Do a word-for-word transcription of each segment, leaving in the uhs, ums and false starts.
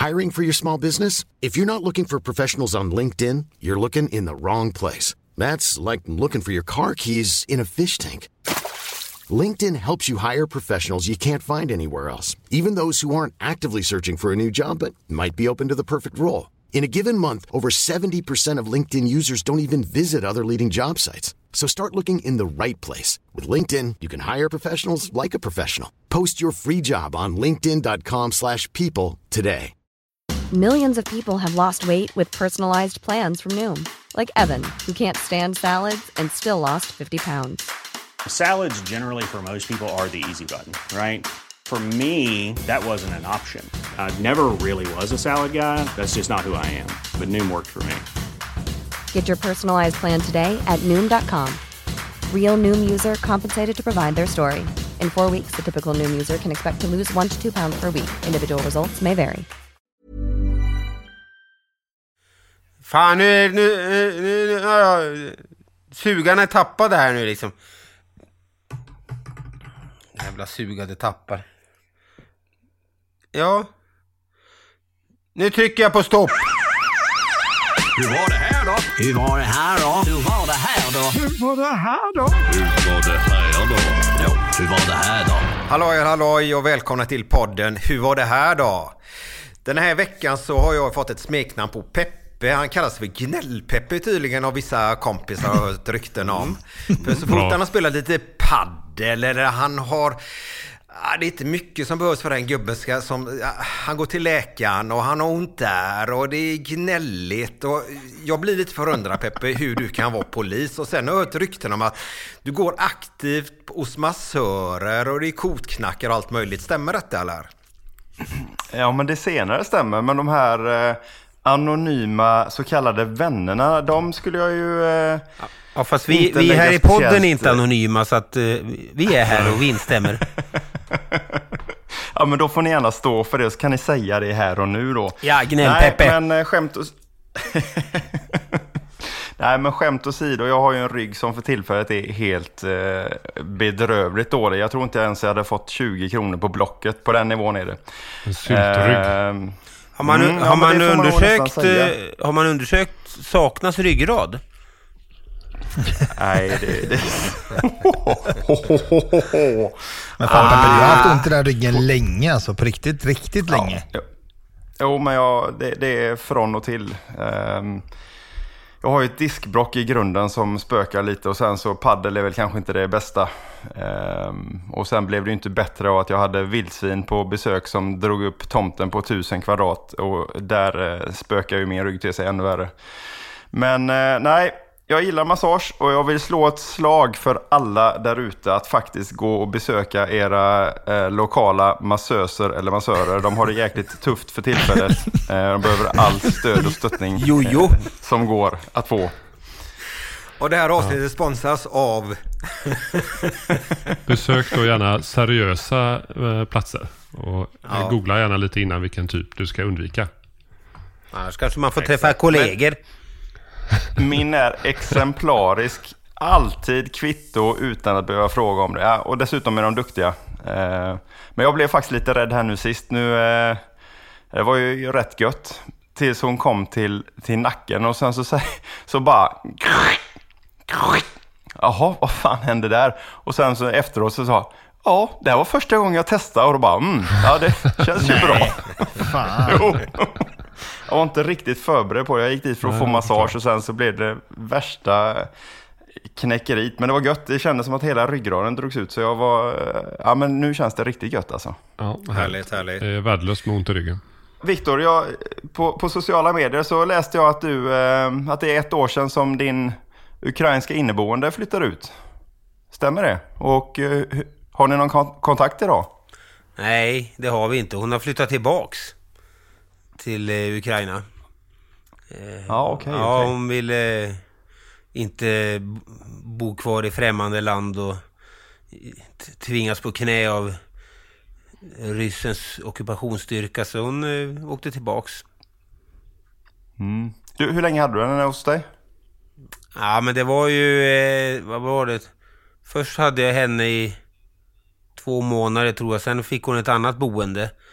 Hiring for your small business? If you're not looking for professionals on LinkedIn, you're looking in the wrong place. That's like looking for your car keys in a fish tank. LinkedIn helps you hire professionals you can't find anywhere else, even those who aren't actively searching for a new job but might be open to the perfect role. In a given month, over seventy percent of LinkedIn users don't even visit other leading job sites. So start looking in the right place. With LinkedIn, you can hire professionals like a professional. Post your free job on linkedin dot com slash people today. Millions of people have lost weight with personalized plans from Noom. Like Evan, who can't stand salads and still lost fifty pounds. Salads generally for most people are the easy button, right? For me, that wasn't an option. I never really was a salad guy. That's just not who I am. But Noom worked for me. Get your personalized plan today at Noom dot com. Real Noom user compensated to provide their story. In four weeks, the typical Noom user can expect to lose one to two pounds per week. Individual results may vary. Fan, nu, nu, nu, nu ja, sugarna är tappade här nu liksom. Jävla sugade tappar. Ja. Nu trycker jag på stopp. Hur var det här då? Hur var det här då? Hur var det här då? Hur var det här då? Hur var det här då? Jo, hur var det här då? Halloj, halloj och välkomna till podden Hur var det här då? Den här veckan så har jag fått ett smeknamn på Peppe. Han kallas för Gnällpeppe tydligen av vissa kompisar har hört rykten om. För så fort han har spelat lite paddel eller han har... Ja, det är inte mycket som behövs för den gubben ska, som, ja, han går till läkaren och han har ont där och det är gnälligt och jag blir lite förundrad Peppe hur du kan vara polis och sen har jag hört rykten om att du går aktivt hos massörer och det är kotknackar och allt möjligt. Stämmer detta eller? Ja, men det senare stämmer, men de här eh, anonyma så kallade vännerna, de skulle jag ju... Eh, ja. Ja, fast vi, vi här i podden är inte anonyma så att uh, vi är här och vi instämmer. Ja, men då får ni gärna stå för det så kan ni säga det här och nu då. Ja, gnällpeppe. Nej, men skämt och... Nej, men skämt åsido, jag har ju en rygg som för tillfället är helt eh, bedrövligt dålig. Jag tror inte ens jag hade fått tjugo kronor på Blocket, på den nivån är det. En syltrygg. Eh, har man, mm, har ja, man undersökt, man har man undersökt saknas ryggrad? Nej, det... det... Men fan, ah. jag har haft ont i den ryggen länge, alltså på riktigt, riktigt ja. länge. Jo, jo men jag, det, det är från och till. Um, jag har ju ett diskbrock i grunden som spökar lite och sen så paddel är väl kanske inte det bästa. Um, och sen blev det ju inte bättre av att jag hade vildsvin på besök som drog upp tomten på tusen kvadrat och där uh, spökar ju min rygg till sig ännu värre. Men uh, nej... Jag gillar massage och jag vill slå ett slag för alla där ute att faktiskt gå och besöka era eh, lokala massöser eller massörer. De har det jäkligt tufft för tillfället. Eh, de behöver all stöd och stöttning Jojo. Eh, som går att få. Och det här avsnittet ja. sponsras av... Besök då gärna seriösa eh, platser. Och ja. googla gärna lite innan vilken typ du ska undvika. Annars kanske man får träffa kollegor. Min är exemplarisk, alltid kvitto utan att behöva fråga om det. Ja, och dessutom är de duktiga. Eh, men jag blev faktiskt lite rädd här nu sist. Nu, eh, det var ju rätt gött tills hon kom till, till nacken och sen så, så, så bara... Jaha, vad fan hände där? Och sen så efteråt så sa ja, det var första gången jag testade och då bara, mm, ja det känns ju bra. Fan. Jo. Jag var inte riktigt förberedd på det. Jag gick dit för att få massage och sen så blev det värsta knäckerit. Men det var gött. Det kändes som att hela ryggraden drogs ut. Så jag var... Ja, men nu känns det riktigt gött alltså. Ja, härligt, härligt. Det är värdelöst med ont i ryggen. Viktor, jag, på, på sociala medier så läste jag att, du, eh, att det är ett år sedan som din ukrainska inneboende flyttar ut. Stämmer det? Och eh, har ni någon kon- kontakt idag? Nej, det har vi inte. Hon har flyttat tillbaks till eh, Ukraina. Eh, ja, okej. Okay, ja, okay. hon vill eh, inte bo kvar i främmande land och t- tvingas på knä av ryssens ockupationsstyrka, så hon eh, åkte tillbaks. Mm. Du, hur länge hade du henne hos dig? Ja, men det var ju eh, vad var det? Först hade jag henne i två månader tror jag. Sen fick hon ett annat boende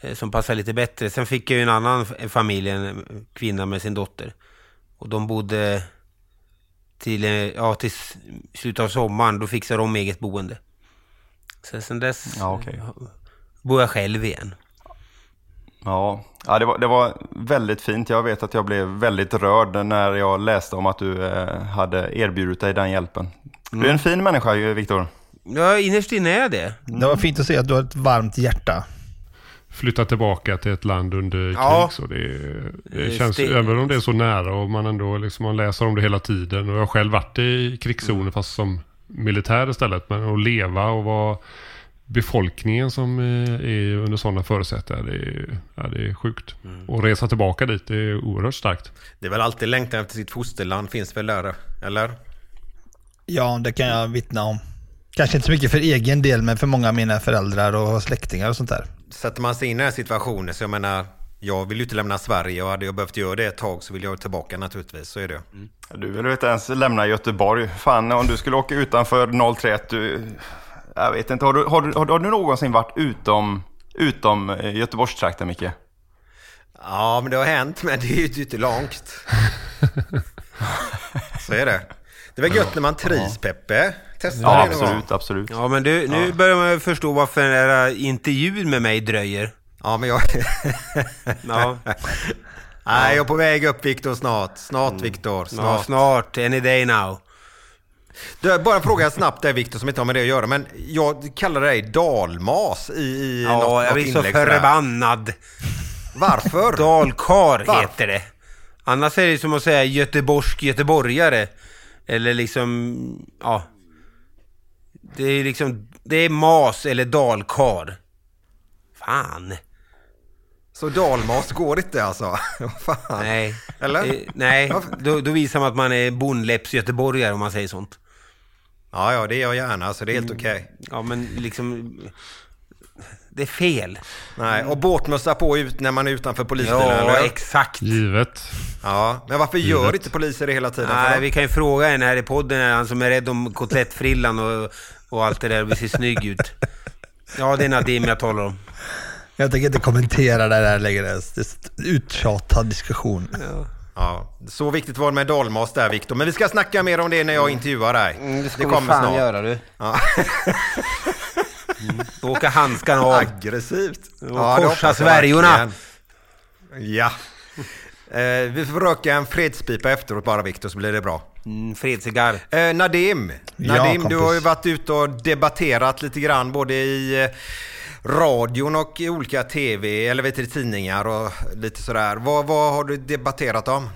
eh, som passade lite bättre. Sen fick jag ju en annan familj, en kvinna med sin dotter. Och de bodde till, ja, till slutet av sommaren. Då fixade de eget boende. Så sen dess ja, okay. bor jag själv igen. Ja, ja det, var, det var väldigt fint. Jag vet att jag blev väldigt rörd när jag läste om att du eh, hade erbjudit dig den hjälpen. Du är en fin människa, Viktor. Ja, innerst inne är det. Mm. Det var fint att se att du har ett varmt hjärta. Flytta tillbaka till ett land under ja. krig. Så det, det känns, det. Även om det är så nära och man ändå liksom, man läser om det hela tiden. Och jag har själv varit i krigszonen mm. fast som militär istället. Men att leva och vara befolkningen som är under sådana förutsättningar, det är, ja, det är sjukt. Mm. Och resa tillbaka dit, det är oerhört starkt. Det är väl alltid längtan efter sitt fosterland, finns väl där, eller? Ja, det kan jag vittna om. Kanske inte så mycket för egen del, men för många av mina föräldrar och släktingar och sånt där. Sätter man sig in i den här situationen, så jag menar, jag vill ju inte lämna Sverige och hade jag behövt göra det ett tag så vill jag tillbaka naturligtvis, så är det. Mm. Du vill inte ens lämna Göteborg. Fan, om du skulle åka utanför noll tre ett, du... Jag vet inte, har du, har, du, har, du, har du någonsin varit utom, utom Göteborgstrakten, Micke? Ja, men det har hänt, men det är ju inte långt. Så är det. Det var gött när man trivs, Peppe. Testa ja, det absolut, absolut. Ja, men du, nu ja. börjar man förstå varför den här intervjun med mig dröjer. Ja, men jag... ja. Nej, jag är på väg upp, Viktor, snart. Snart, Viktor, snart. Ja, snart. Any day now. Du, bara fråga snabbt där, Viktor, som inte har med det att göra. Men jag kallar dig dalmas i, i ja, något, jag något blir så inlägg. förbannad. Varför? Dalkar Var? heter det. Annars är det som att säga göteborgsk göteborgare. Eller liksom, ja. Det är liksom, det är mas eller dalkar. Fan. Så dalmas går inte alltså? Fan. Nej. Eller? Eh, nej, då, då visar man att man är bondläpps göteborgare om man säger sånt. Ja, ja, det är jag gärna, så det är helt okej. Okay. Ja, men liksom... Det är fel. Nej, och båtmössa på ut när man är utanför polisen. Ja, eller? exakt. Givet. Ja, men varför Givet. gör inte poliser det hela tiden? Nej, vi kan ju fråga en här i podden, han som är rädd om kotlettfrillan och, och allt det där, vi ser snygg ut. Ja, det är Nadim jag talar om. Jag tänker inte kommentera det där längre. Det är uttjatad diskussion. Ja. Ja, så viktigt var det med dalmas där, Viktor. Men vi ska snacka mer om det när jag intervjuar dig. Mm, det ska det vi kommer fan snart. göra, du. Ja. Mm. Då åker handskan av. Aggressivt. Och ja, korsa Sverigerna. Ja. Eh, vi får röka en fredspipa efteråt bara, Viktor, så blir det bra. Mm, fredscigarr. Eh, Nadim, ja, Nadim kompis. du har ju varit ute och debatterat lite grann både i eh, radion och i olika tv, eller vet du, tidningar och lite sådär. Vad, vad har du debatterat om?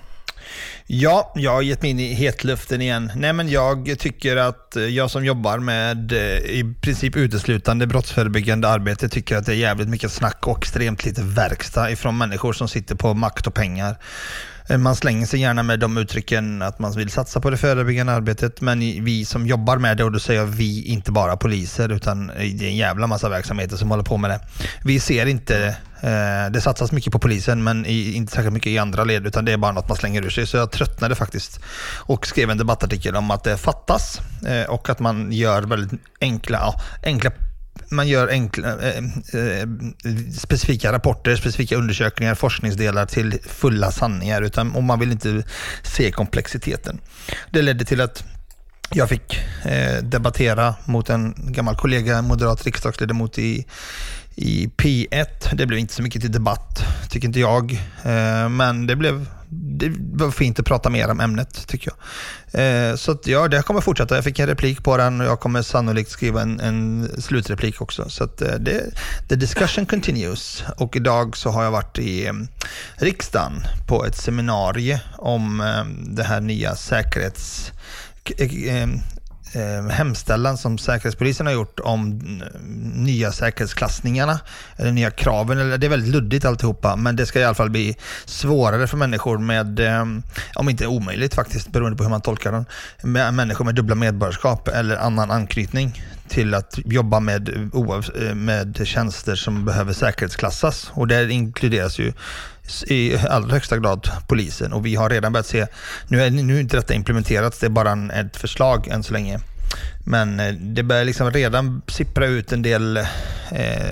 Ja, jag har gett mig in i hetluften igen. Nej, men jag tycker att jag som jobbar med i princip uteslutande brottsförebyggande arbete tycker att det är jävligt mycket snack och extremt lite verkstad ifrån människor som sitter på makt och pengar. Man slänger sig gärna med de uttrycken att man vill satsa på det förebyggande arbetet, men vi som jobbar med det, och då säger jag vi, inte bara poliser, utan det är en jävla massa verksamheter som håller på med det. Vi ser inte, eh, det satsas mycket på polisen, men i, inte särskilt mycket i andra led, utan det är bara något man slänger ur sig. Så jag tröttnade faktiskt och skrev en debattartikel om att det fattas eh, och att man gör väldigt enkla, ja, enkla man gör enkla, eh, eh, specifika rapporter, specifika undersökningar, forskningsdelar till fulla sanningar, utan om man vill inte se komplexiteten. Det ledde till att jag fick eh, debattera mot en gammal kollega, moderat riksdagsledamot i, i P ett. Det blev inte så mycket till debatt, tycker inte jag. Eh, men det blev det var fint att prata mer om ämnet, tycker jag. Eh, så att, ja, det kommer fortsätta. Jag fick en replik på den och jag kommer sannolikt skriva en, en slutreplik också. Så att eh, det, the discussion continues. Och idag så har jag varit i eh, riksdagen på ett seminarium om eh, det här nya säkerhets... Eh, Eh, hemställan som Säkerhetspolisen har gjort om nya säkerhetsklassningarna eller nya kraven, eller det är väldigt luddigt alltihopa, men det ska i alla fall bli svårare för människor med, eh, om inte omöjligt faktiskt, beroende på hur man tolkar den, med människor med dubbla medborgarskap eller annan anknytning till att jobba med, med tjänster som behöver säkerhetsklassas, och där inkluderas ju i allra högsta grad polisen, och vi har redan börjat se, nu är, nu är inte detta implementerat, det är bara en, ett förslag än så länge, men det börjar liksom redan sippra ut en del eh,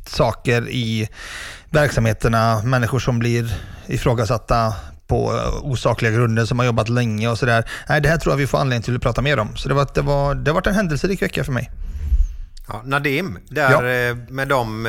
saker i verksamheterna, människor som blir ifrågasatta på osakliga grunder som har jobbat länge och sådär. Nej, det här tror jag vi får anledning till att prata mer om. Så det var, det var, det var en händelserik vecka för mig. Ja, Nadim, där ja. med dem,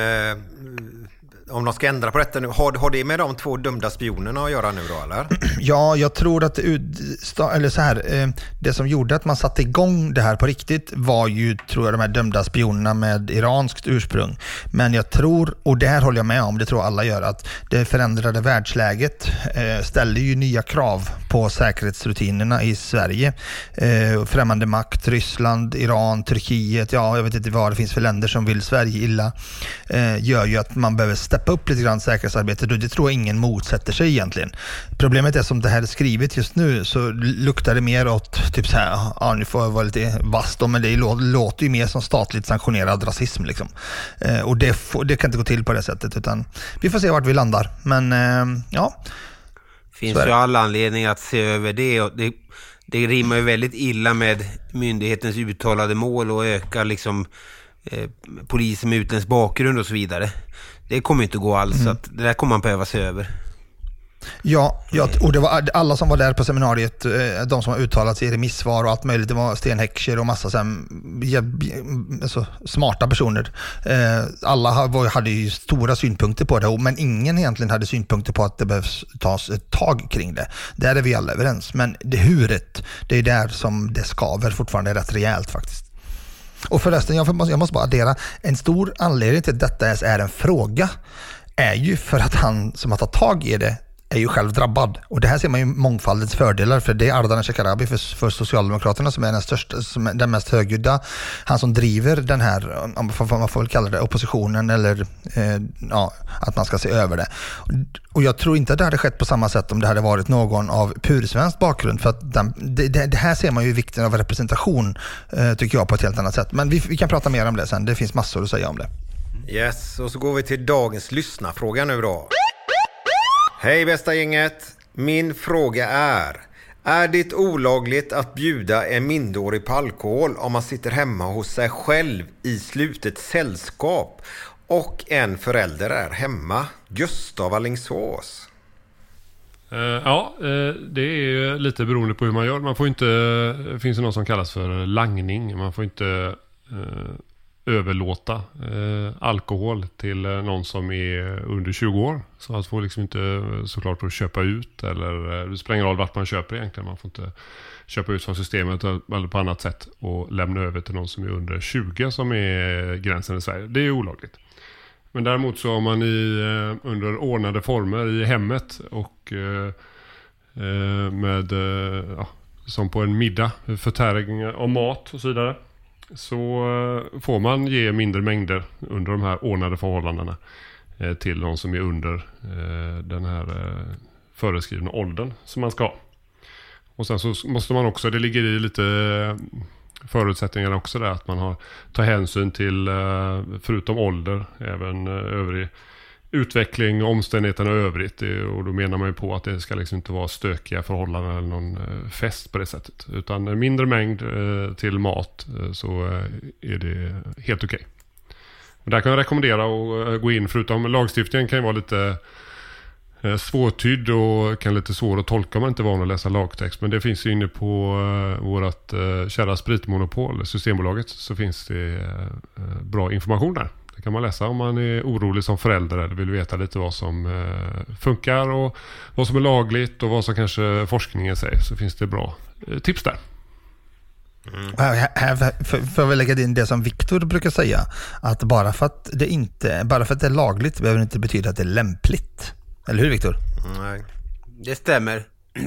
om de ska ändra på detta nu, har, har det med de två dömda spionerna att göra nu då, eller? Ja, jag tror att det, eller så här, det som gjorde att man satte igång det här på riktigt var ju, tror jag, de här dömda spionerna med iranskt ursprung. Men jag tror, och det här håller jag med om, det tror alla gör, att det förändrade världsläget ställer ju nya krav på säkerhetsrutinerna i Sverige. Främmande makt, Ryssland, Iran, Turkiet, ja, jag vet inte vad det finns för länder som vill Sverige illa, gör ju att man behöver steppa upp lite grann säkerhetsarbetet, och det tror jag ingen motsätter sig egentligen. Problemet är som det här är skrivet just nu, så luktar det mer åt typ så här, ja, nu får jag vara lite vass då, men det låter ju mer som statligt sanktionerad rasism liksom. Eh, och det, får, det kan inte gå till på det sättet, utan vi får se vart vi landar. Men eh, ja. Finns ju all anledning att se över det, och det, det rimmar ju väldigt illa med myndighetens uttalade mål och öka liksom eh, poliser med utländsk bakgrund och så vidare. Det kommer inte gå alls, mm. så att det där kommer man behöva se över. Ja, ja, och det var alla som var där på seminariet, de som har uttalat sig i remissvar och allt möjligt. Det var Sten Heckscher och massa sen, alltså, smarta personer. Alla hade ju stora synpunkter på det, men ingen egentligen hade synpunkter på att det behövs tas ett tag kring det. Där är vi alla överens. Men det huret, det är där som det skaver fortfarande rätt rejält faktiskt. Och förresten, jag måste, jag måste bara addera, en stor anledning till att detta är en fråga är ju för att han som har tagit tag i det är ju själv drabbad. Och det här ser man ju mångfaldets fördelar, för det är Ardalan Shekarabi för, för Socialdemokraterna som är den största, som är den mest högljudda, han som driver den här, om man får väl kalla det, oppositionen, eller eh, ja, att man ska se över det. Och jag tror inte att det hade skett på samma sätt om det hade varit någon av pursvensk bakgrund, för att den, det, det här ser man ju vikten av representation, eh, tycker jag, på ett helt annat sätt. Men vi, vi kan prata mer om det sen, det finns massor att säga om det. Yes, och så går vi till dagens lyssnarfråga nu då. Hej bästa gänget, min fråga är: är det olagligt att bjuda en minderårig på alkohol om man sitter hemma hos sig själv i slutet sällskap och en förälder är hemma? Gustav Alingsås. Uh, ja, uh, det är lite beroende på hur man gör. Man får inte, det finns ju något som kallas för langning. Man får inte uh, överlåta eh, alkohol till eh, någon som är under tjugo år. Så man får liksom inte såklart att köpa ut, eller eh, det spelar ingen roll vart man köper egentligen. Man får inte köpa ut från systemet eller på annat sätt och lämna över till någon som är under tjugo, som är gränsen i Sverige. Det är olagligt. Men däremot så har man i, eh, under ordnade former i hemmet och eh, eh, med eh, ja, som på en middag, förtäring av mat och så vidare, så får man ge mindre mängder under de här ordnade förhållandena till någon som är under den här föreskrivna åldern som man ska ha. Och sen så måste man också, det ligger i lite förutsättningar också där, att man har tar hänsyn till, förutom ålder, även övrig utveckling och omständigheterna övrigt. Och då menar man ju på att det ska liksom inte vara stökiga förhållanden eller någon fest på det sättet. Utan en mindre mängd till mat, så är det helt okej. Okay. Där kan jag rekommendera att gå in, förutom lagstiftningen kan ju vara lite svårtydd och kan lite svår att tolka om man inte är van att läsa lagtext. Men det finns ju inne på vårt kära spritmonopol, Systembolaget, så finns det bra information där. Det kan man läsa om man är orolig som förälder eller vill veta lite vad som eh, funkar och vad som är lagligt och vad som kanske forskningen säger, så finns det bra eh, tips där. Mm. Här, här får jag väl lägga in det som Viktor brukar säga, att bara för att det inte bara för att det är lagligt behöver det inte betyda att det är lämpligt. Eller hur, Viktor? Nej, det stämmer.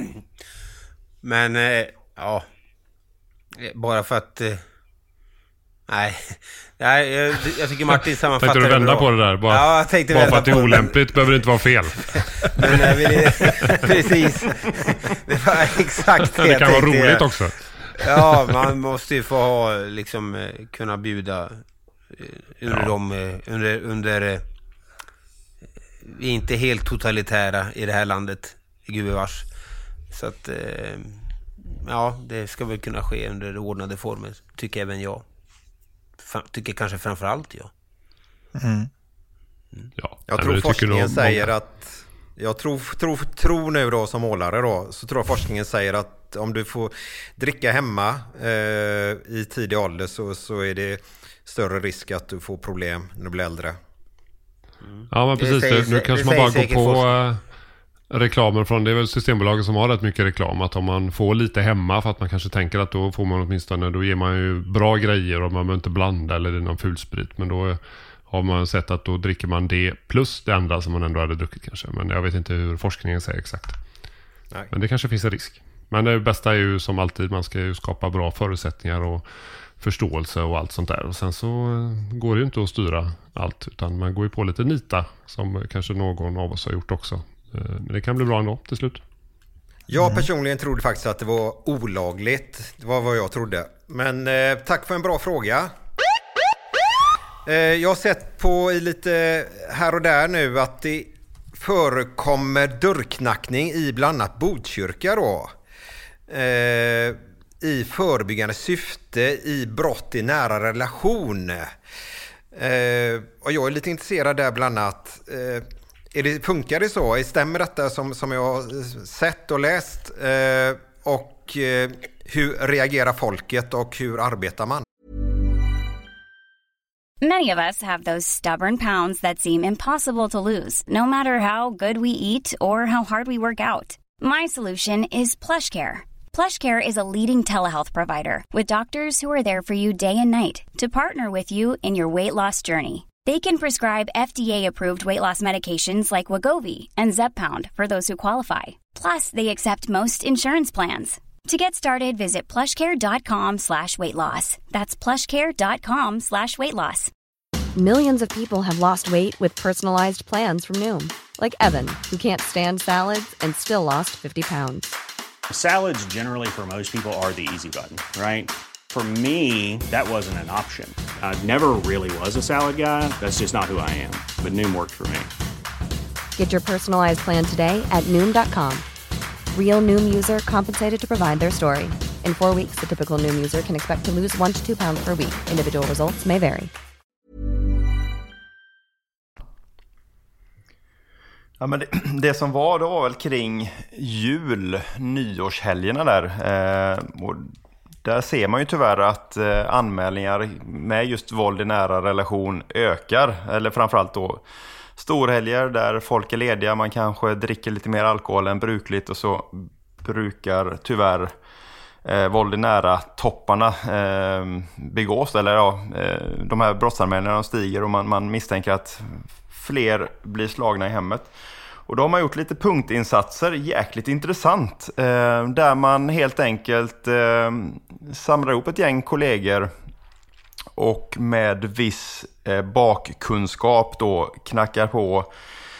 Men eh, ja, bara för att eh, Nej, Nej jag, jag tycker Martin sammanfattar det bra. Tänkte du vända på det där? Bara, ja, jag tänkte bara vända för att det är olämpligt behöver det inte vara fel. Men jag vill, precis. Det var exakt det. Det kan vara roligt jag. också. Ja, man måste ju få ha, liksom, kunna bjuda under ja. dem, under, under vi är inte helt totalitära i det här landet, gubevars. Så att, ja, det ska väl kunna ske under ordnade former, tycker även jag. Tycker kanske framförallt jag. Mm. Ja, jag tror forskningen säger att jag tror, tror, tror nu då som målare då, så tror jag forskningen säger att om du får dricka hemma eh, i tidig ålder så, så är det större risk att du får problem när du blir äldre. Mm. Ja, men precis. Säger, nu kanske man bara går på äh, reklamen från, det är väl Systembolaget som har rätt mycket reklam, att om man får lite hemma för att man kanske tänker att då får man åtminstone, då ger man ju bra grejer och man behöver inte blanda eller det är någon fulsprit, men då har man sett att då dricker man det plus det andra som man ändå hade druckit kanske. Men jag vet inte hur forskningen säger exakt. Nej. Men det kanske finns en risk. Men det bästa är ju som alltid, man ska ju skapa bra förutsättningar och förståelse och allt sånt där. Och sen så går det ju inte att styra allt, utan man går ju på lite nita som kanske någon av oss har gjort också. Men det kan bli bra ändå till slut. Jag personligen trodde faktiskt att det var olagligt. Det var vad jag trodde. Men eh, tack för en bra fråga. Eh, jag har sett på i lite här och där nu att det förekommer dörrknackning i bland annat Botkyrka då. Eh, i förebyggande syfte i brott i nära relation. Eh, och jag är lite intresserad där bland annat. Eh, är det, funkar det så? Stämmer detta som, som jag har sett och läst? Eh, och eh, hur reagerar folket och hur arbetar man? Many of us have those stubborn pounds that seem impossible to lose, no matter how good we eat or how hard we work out. My solution is PlushCare. PlushCare is a leading telehealth provider with doctors who are there for you day and night to partner with you in your weight loss journey. They can prescribe F D A-approved weight loss medications like Wegovy and Zepbound for those who qualify. Plus, they accept most insurance plans. To get started, visit plushcare.com slash weight loss. That's plushcare.com slash weight loss. Millions of people have lost weight with personalized plans from Noom. Like Evan, who can't stand salads and still lost fifty pounds. Salads generally for most people are the easy button, right? For me, that wasn't an option. I never really was a salad guy. That's just not who I am. But Noom worked for me. Get your personalized plan today at Noom dot com. Real Noom user compensated to provide their story. In four weeks, the typical Noom user can expect to lose one to two pounds per week. Individual results may vary. Ja, men det, det som var då var väl kring jul, nyårshelgerna där. Eh, och där ser man ju tyvärr att eh, anmälningar med just våld i nära relation ökar. Eller framförallt då storhelger där folk är lediga, man kanske dricker lite mer alkohol än brukligt och så brukar tyvärr eh, våld i nära topparna eh, begås. Eller ja, eh, de här brottsanmälningarna stiger och man, man misstänker att fler blir slagna i hemmet. Och då har man gjort lite punktinsatser, jäkligt intressant, eh, där man helt enkelt eh, samlar ihop ett gäng kollegor och med viss eh, bakkunskap då knackar på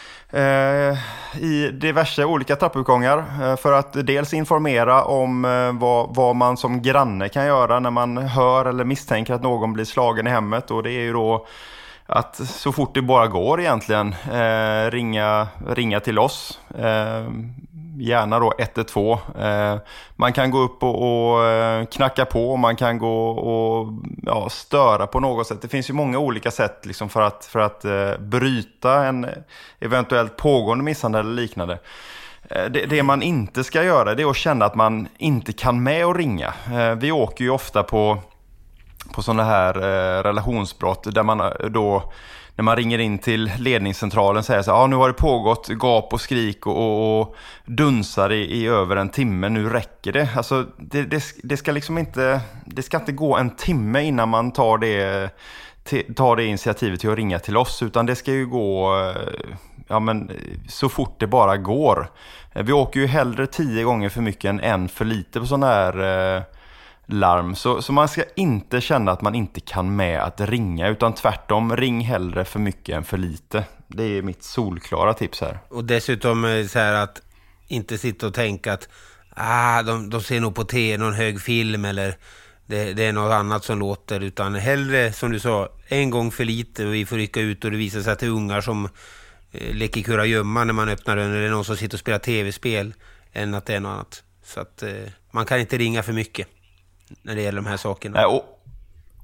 eh, i diverse olika trappuppgångar eh, för att dels informera om eh, vad, vad man som granne kan göra när man hör eller misstänker att någon blir slagen i hemmet. Och det är ju då att så fort det bara går egentligen eh, ringa, ringa till oss. Eh, gärna då ett ett två. Eh, man kan gå upp och, och knacka på. Man kan gå och ja, störa på något sätt. Det finns ju många olika sätt liksom för att, för att eh, bryta en eventuellt pågående misshandel eller liknande. Eh, det, det man inte ska göra, det är att känna att man inte kan med och ringa. Eh, vi åker ju ofta på på sådana här eh, relationsbrott där man då, när man ringer in till ledningscentralen, säger så här, ah, nu har det pågått gap och skrik och, och, och dunsar i, i över en timme, nu räcker det. Alltså det, det, det ska liksom inte, det ska inte gå en timme innan man tar det, till, tar det initiativet till att ringa till oss, utan det ska ju gå ja, men, så fort det bara går. Vi åker ju hellre tio gånger för mycket än en för lite på sådana här eh, larm. Så, så man ska inte känna att man inte kan med att ringa, utan tvärtom, ring hellre för mycket än för lite. Det är mitt solklara tips här. Och dessutom så här att inte sitta och tänka att ah, de, de ser nog på tv någon hög film eller det, det är något annat som låter, utan hellre, som du sa, en gång för lite och vi får rycka ut och det visar sig att det är ungar som eh, leker kurra gömma när man öppnar den, eller någon som sitter och spelar tv-spel, än att det är något annat. Så att eh, man kan inte ringa för mycket när det gäller de här sakerna. Nej, och,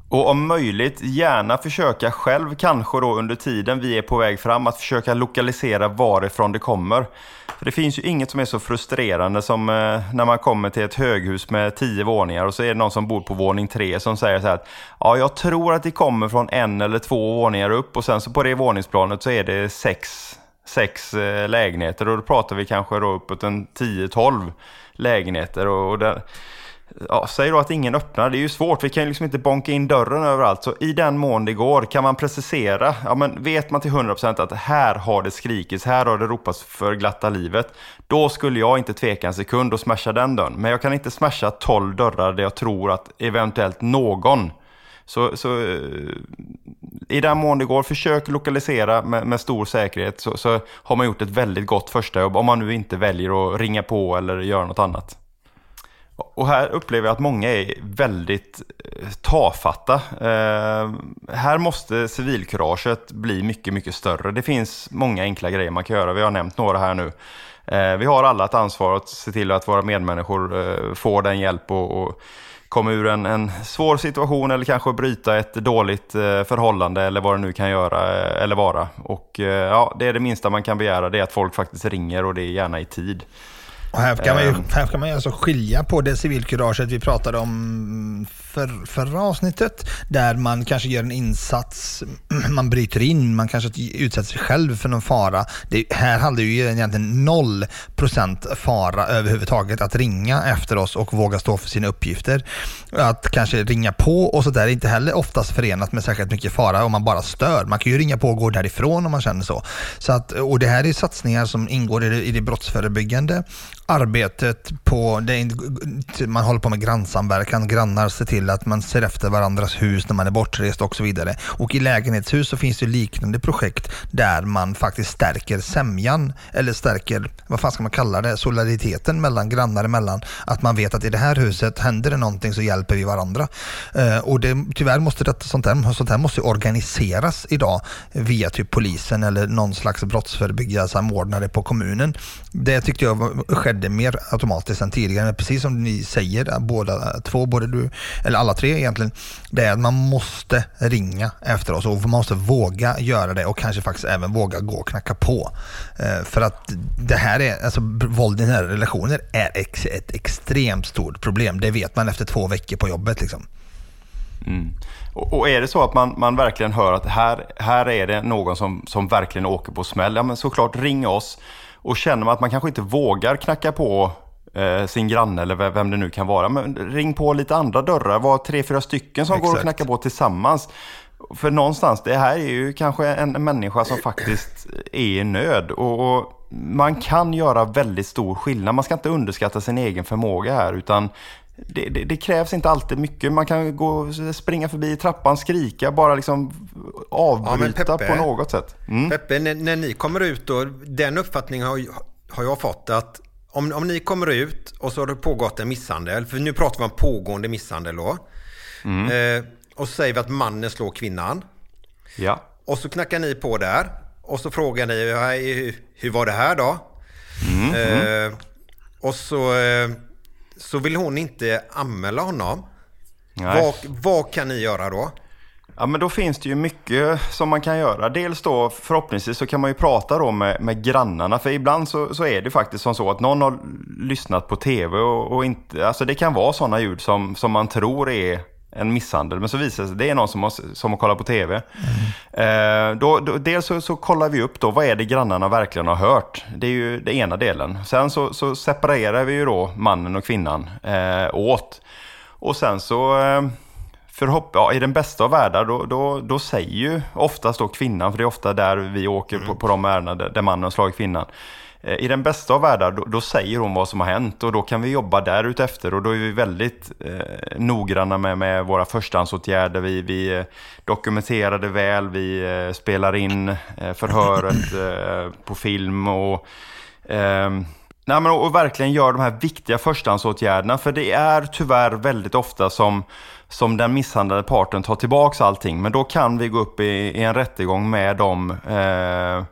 Och om möjligt gärna försöka själv kanske då under tiden vi är på väg fram att försöka lokalisera varifrån det kommer. För det finns ju inget som är så frustrerande som eh, när man kommer till ett höghus med tio våningar och så är det någon som bor på våning tre som säger så här att ja, jag tror att det kommer från en eller två våningar upp och sen så på det våningsplanet så är det sex, sex eh, lägenheter och då pratar vi kanske då uppåt en tio tolv lägenheter och, och där... Ja, säger då att ingen öppnar, det är ju svårt, vi kan ju liksom inte bonka in dörren överallt, så i den mån det går kan man precisera, ja men vet man till hundra procent att här har det skrikits, här har det ropats för glatta livet, då skulle jag inte tveka en sekund och smasha den dörren, men jag kan inte smasha tolv dörrar där jag tror att eventuellt någon, så, så i den mån det går, försök lokalisera med, med stor säkerhet, så, så har man gjort ett väldigt gott första jobb om man nu inte väljer att ringa på eller göra något annat. Och här upplever jag att många är väldigt tafatta. Eh, här måste civilkuraget bli mycket, mycket större. Det finns många enkla grejer man kan göra. Vi har nämnt några här nu. Eh, vi har alla ett ansvar att se till att våra medmänniskor eh, får den hjälp och, och komma ur en, en svår situation eller kanske bryta ett dåligt eh, förhållande eller vad det nu kan göra eh, eller vara. Och eh, ja, det är det minsta man kan begära, det är att folk faktiskt ringer och det är gärna i tid. Och här kan man ju, här kan man ju alltså skilja på det civilkuraget vi pratade om för, förra avsnittet, där man kanske gör en insats, man bryter in, man kanske utsätter sig själv för någon fara. Det, här handlar ju egentligen noll procent fara överhuvudtaget att ringa efter oss och våga stå för sina uppgifter. Att kanske ringa på och så där är inte heller oftast förenat med särskilt mycket fara om man bara stör. Man kan ju ringa på och gå därifrån om man känner så. Så att, och det här är satsningar som ingår i det, i det brottsförebyggande arbetet på det, man håller på med grannsamverkan, grannar ser till att man ser efter varandras hus när man är bortrest och så vidare. Och i lägenhetshus så finns det liknande projekt där man faktiskt stärker sämjan eller stärker, vad fan ska man kalla det, solidariteten mellan grannar emellan, att man vet att i det här huset händer det någonting så hjälper vi varandra. Uh, och det, tyvärr måste det, sånt där, sånt där måste organiseras idag via typ polisen eller någon slags brottsförebyggande samordnare på kommunen. Det tyckte jag var, skedde mer automatiskt än tidigare, men precis som ni säger, båda två, både du eller alla tre egentligen, det är att man måste ringa efter oss och man måste våga göra det och kanske faktiskt även våga gå och knacka på. Eh, för att det här är, alltså våld i nära relationer är ex, ett extremt stort problem. Det vet man efter två veckor på jobbet liksom. Mm. Och, och är det så att man, man verkligen hör att här, här är det någon som, som verkligen åker på smäll, ja men såklart ring oss. Och känner man att man kanske inte vågar knacka på eh, sin granne eller vem det nu kan vara, men ring på lite andra dörrar, var tre, fyra stycken som Exakt. Går och knackar på tillsammans. För någonstans, det här är ju kanske en människa som faktiskt är i nöd och, och man kan göra väldigt stor skillnad. Man ska inte underskatta sin egen förmåga här, utan Det, det, det krävs inte alltid mycket. Man kan gå springa förbi trappan, skrika, bara liksom avbryta ja, Peppe, på något sätt. Mm. Peppe, när, när ni kommer ut då, den uppfattningen har, har jag fått att om, om ni kommer ut och så har det pågått en misshandel, för nu pratar vi om pågående misshandel då. Mm. Eh, och så säger vi att mannen slår kvinnan. Ja. Och så knackar ni på där och så frågar ni hur, hur var det här då? Mm. Eh, och så... Eh, så vill hon inte anmäla honom. Vad, vad kan ni göra då? Ja, men då finns det ju mycket som man kan göra. Dels då förhoppningsvis så kan man ju prata då med, med grannarna. För ibland så, så är det faktiskt som så att någon har lyssnat på tv och, och inte, alltså det kan vara sådana ljud som, som man tror är en misshandel, men så visar det sig det är någon som har, som har kollat på tv. Mm. Eh, då, då, dels så, så kollar vi upp då, vad är det grannarna verkligen har hört. Det är ju det ena delen. Sen så, så separerar vi ju då mannen och kvinnan eh, åt. Och sen så eh, förhopp- ja, i den bästa av världar då, då, då säger ju oftast då kvinnan, för det är ofta där vi åker mm. på, på de ärendena där, där mannen slår kvinnan. I den bästa av världar, då, då säger hon vad som har hänt och då kan vi jobba där utefter och då är vi väldigt eh, noggranna med, med våra förstahandsåtgärder. Vi, vi dokumenterar det väl, vi eh, spelar in eh, förhöret eh, på film och, eh, nej, men, och, och verkligen gör de här viktiga förstahandsåtgärderna, för det är tyvärr väldigt ofta som, som den misshandlade parten tar tillbaka allting, men då kan vi gå upp i, i en rättegång med dem eh,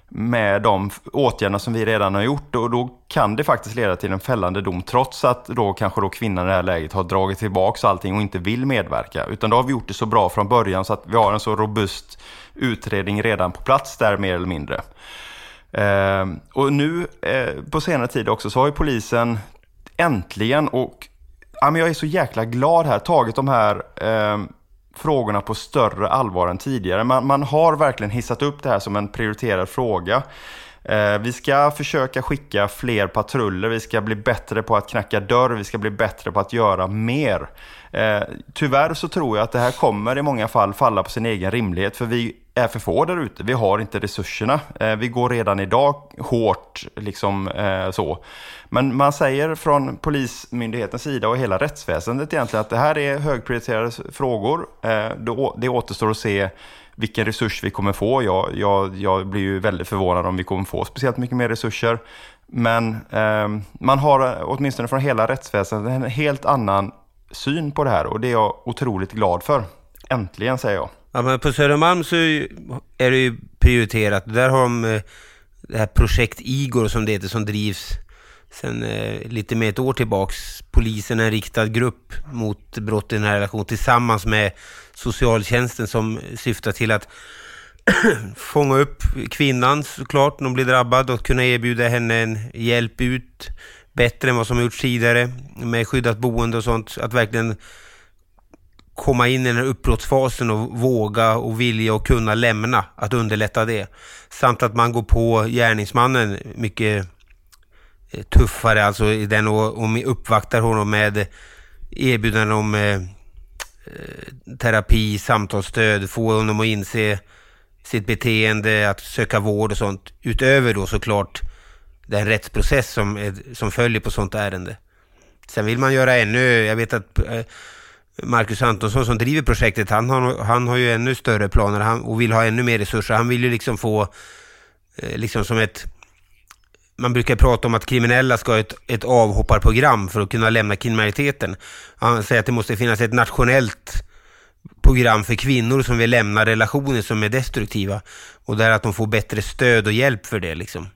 med de åtgärderna som vi redan har gjort, och då kan det faktiskt leda till en fällande dom trots att då kanske då kvinnan i det här läget har dragit tillbaka allting och inte vill medverka, utan då har vi gjort det så bra från början så att vi har en så robust utredning redan på plats där mer eller mindre. Eh, och nu eh, på senare tid också så har ju polisen äntligen, och ja, men jag är så jäkla glad här, tagit de här eh, frågorna på större allvar än tidigare. Man, man har verkligen hissat upp det här som en prioriterad fråga. Eh, vi ska försöka skicka fler patruller, vi ska bli bättre på att knacka dörr, vi ska bli bättre på att göra mer. Eh, tyvärr så tror jag att det här kommer i många fall falla på sin egen rimlighet, för vi är för få där ute, vi har inte resurserna. Eh, vi går redan idag hårt liksom eh, så. Men man säger från polismyndighetens sida och hela rättsväsendet egentligen att det här är högprioriterade frågor. Eh, det återstår att se vilken resurs vi kommer få. Jag, jag, jag blir ju väldigt förvånad om vi kommer få speciellt mycket mer resurser. Men eh, man har åtminstone från hela rättsväsendet en helt annan syn på det här, och det är jag otroligt glad för. Äntligen, säger jag. Ja, men på Södermalm så är det ju prioriterat. Där har de eh, det här projekt Igor som det heter, som drivs sen eh, lite mer ett år tillbaks. Polisen är en riktad grupp mot brott i den här relationen tillsammans med socialtjänsten, som syftar till att fånga upp kvinnan såklart när hon blir drabbad och kunna erbjuda henne en hjälp ut bättre än vad som har gjorts tidigare med skyddat boende och sånt. Att verkligen komma in i den här uppbrottsfasen och våga och vilja och kunna lämna, att underlätta det. Samt att man går på gärningsmannen mycket tuffare, alltså i den, och, och uppvaktar honom med erbjudanden om eh, terapi, samtalsstöd, få honom att inse sitt beteende, att söka vård och sånt, utöver då såklart den rättsprocess som, är, som följer på sånt ärende. Sen vill man göra ännu, jag vet att eh, Marcus Antonsson som driver projektet, han har, han har ju ännu större planer han, och vill ha ännu mer resurser. Han vill ju liksom få eh, liksom som ett, man brukar prata om att kriminella ska ha ett, ett avhopparprogram för att kunna lämna kriminaliteten. Han säger att det måste finnas ett nationellt program för kvinnor som vill lämna relationer som är destruktiva, och där att de får bättre stöd och hjälp för det liksom.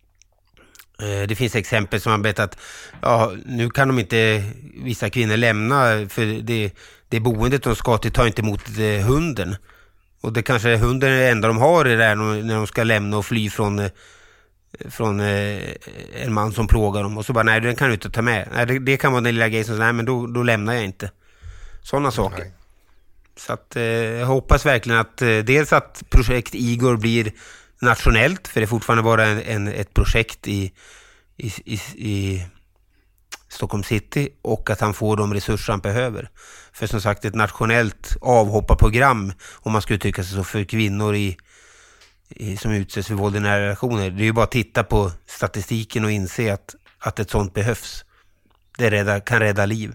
Det finns exempel som har bett att ja, nu kan de inte, vissa kvinnor lämna för det, det boendet de ska till tar inte emot eh, hunden. Och det kanske hunden är det enda de har i det här när de ska lämna och fly från, från eh, en man som plågar dem. Och så bara, nej, den kan du inte ta med. Nej, det, det kan vara den lilla grejen som säger, nej, men då, då lämnar jag inte. Sådana saker. Nej. Så att, eh, jag hoppas verkligen att eh, dels att projekt Igor blir nationellt, för det är fortfarande bara en, en, ett projekt i, i, i, i Stockholm city, och att han får de resurser han behöver. För som sagt, ett nationellt avhopparprogram, om man skulle tycka sig så, för kvinnor i, i, som utsätts för våld i nära relationer. Det är ju bara att titta på statistiken och inse att, att ett sånt behövs. Det rädda, kan rädda liv.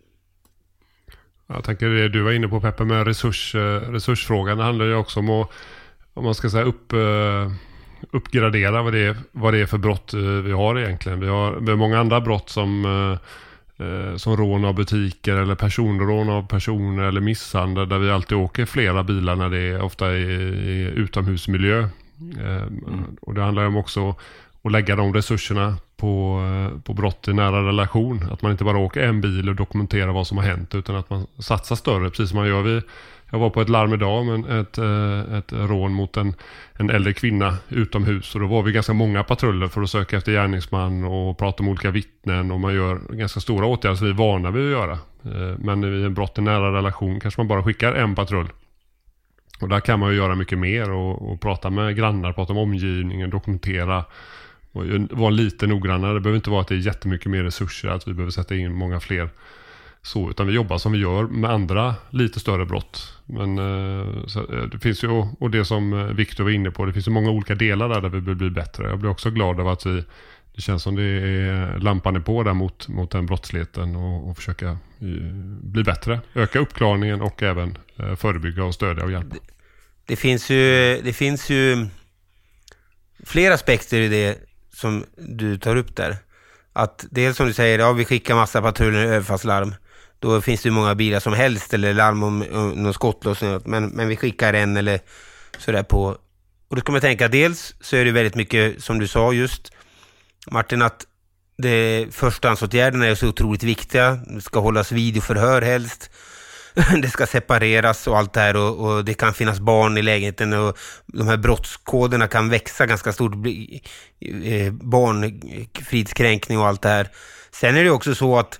Jag tänker det du var inne på, Peppe, med resurs, resursfrågan. Det handlar ju också om att, om man ska säga, upp, uppgradera vad det, är, vad det är för brott vi har egentligen. Vi har, vi har många andra brott som, som rån av butiker eller personrån av personer eller misshandel, där vi alltid åker flera bilar när det är ofta i, i utomhusmiljö. Mm. Och det handlar ju om också att lägga de resurserna på, på brott i nära relation. Att man inte bara åker en bil och dokumenterar vad som har hänt, utan att man satsar större, precis som man gör vid. Jag var på ett larm idag med ett, ett rån mot en, en äldre kvinna utomhus, och då var vi ganska många patruller för att söka efter gärningsman och prata med olika vittnen, och man gör ganska stora åtgärder som vi är vana vid att göra. Men i en brott i nära relation kanske man bara skickar en patrull, och där kan man ju göra mycket mer och, och prata med grannar, prata om omgivningen, dokumentera och vara lite noggrannare. Det behöver inte vara att det är jättemycket mer resurser, att vi behöver sätta in många fler så, utan vi jobbar som vi gör med andra lite större brott. Men så, det finns ju, och det som Victor var inne på, det finns ju många olika delar där, där vi blir bättre. Jag blir också glad av att vi, det känns som det är lampan är på där mot, mot den brottsligheten, och, och försöka bli bättre, öka uppklarningen och även förebygga och stödja och hjälpa. Det, det finns ju det finns ju flera aspekter i det som du tar upp där. Att dels som du säger, ja, vi skickar massa patruller i överfallslarm. Då finns det ju många bilar som helst, eller larm om, om någon skottlossning. Men, men vi skickar en eller sådär på Och då ska man tänka, dels så är det väldigt mycket som du sa just Martin, att det förstahandsåtgärderna är så otroligt viktiga. Det ska hållas videoförhör helst. Det ska separeras och allt det här, och, och det kan finnas barn i lägenheten, och de här brottskoderna kan växa ganska stort, eh, barnfridskränkning och allt det här. Sen är det också så att,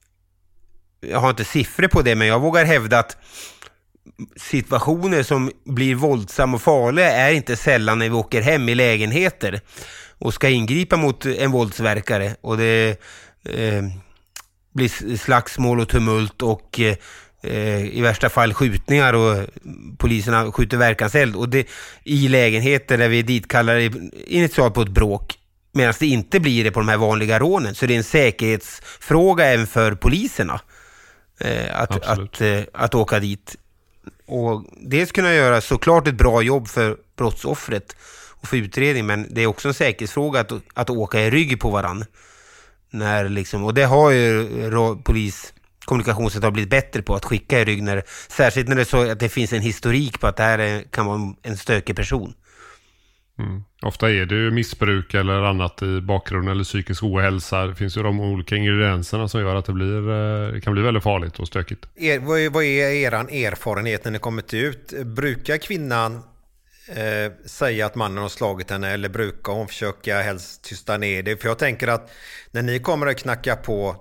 jag har inte siffror på det, men jag vågar hävda att situationer som blir våldsamma och farliga är inte sällan när vi åker hem i lägenheter och ska ingripa mot en våldsverkare, och det eh, blir slagsmål och tumult och eh, i värsta fall skjutningar, och poliserna skjuter verkanseld, och det i lägenheter där vi ditkallar initialt på ett bråk, medan det inte blir det på de här vanliga rånen. Så det är en säkerhetsfråga även för poliserna eh, att, att, eh, att åka dit. Och det kunna göra såklart ett bra jobb för brottsoffret och för utredning, men det är också en säkerhetsfråga att, att åka i rygg på varann. När liksom, och det har ju polis kommunikationssätt har blivit bättre på, att skicka i rygg, när, särskilt när det är så att det finns en historik på att det här är, kan vara en stökig person. Mm. Ofta är det ju missbruk eller annat i bakgrunden, eller psykisk ohälsa. Det finns ju de olika ingredienserna som gör att det, blir, det kan bli väldigt farligt och stökigt. Er, vad, är, vad är er erfarenhet när ni kommit ut? Brukar kvinnan eh, säga att mannen har slagit henne, eller brukar hon försöka helst tysta ner det? För jag tänker att när ni kommer att knacka på,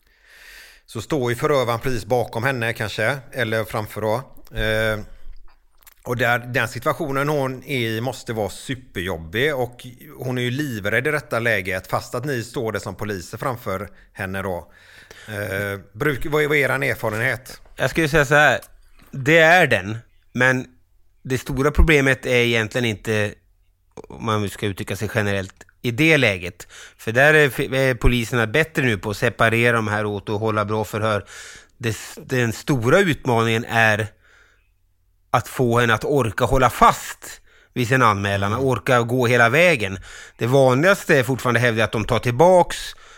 så står ju förövaren precis bakom henne kanske, eller framför då. Eh, och där, den situationen hon är i måste vara superjobbig, och hon är ju livrädd i detta läget, fast att ni står där som poliser framför henne då. Eh, bruk, vad, är, vad är er erfarenhet? Jag skulle säga så här, det är den, men det stora problemet är egentligen inte, om man ska uttrycka sig generellt, i det läget. För där är, är poliserna bättre nu på att separera de här åt och hålla bra förhör. Det, den stora utmaningen är att få henne att orka hålla fast vid sin anmälan, orka gå hela vägen. Det vanligaste är fortfarande hävda att de tar tillbaks,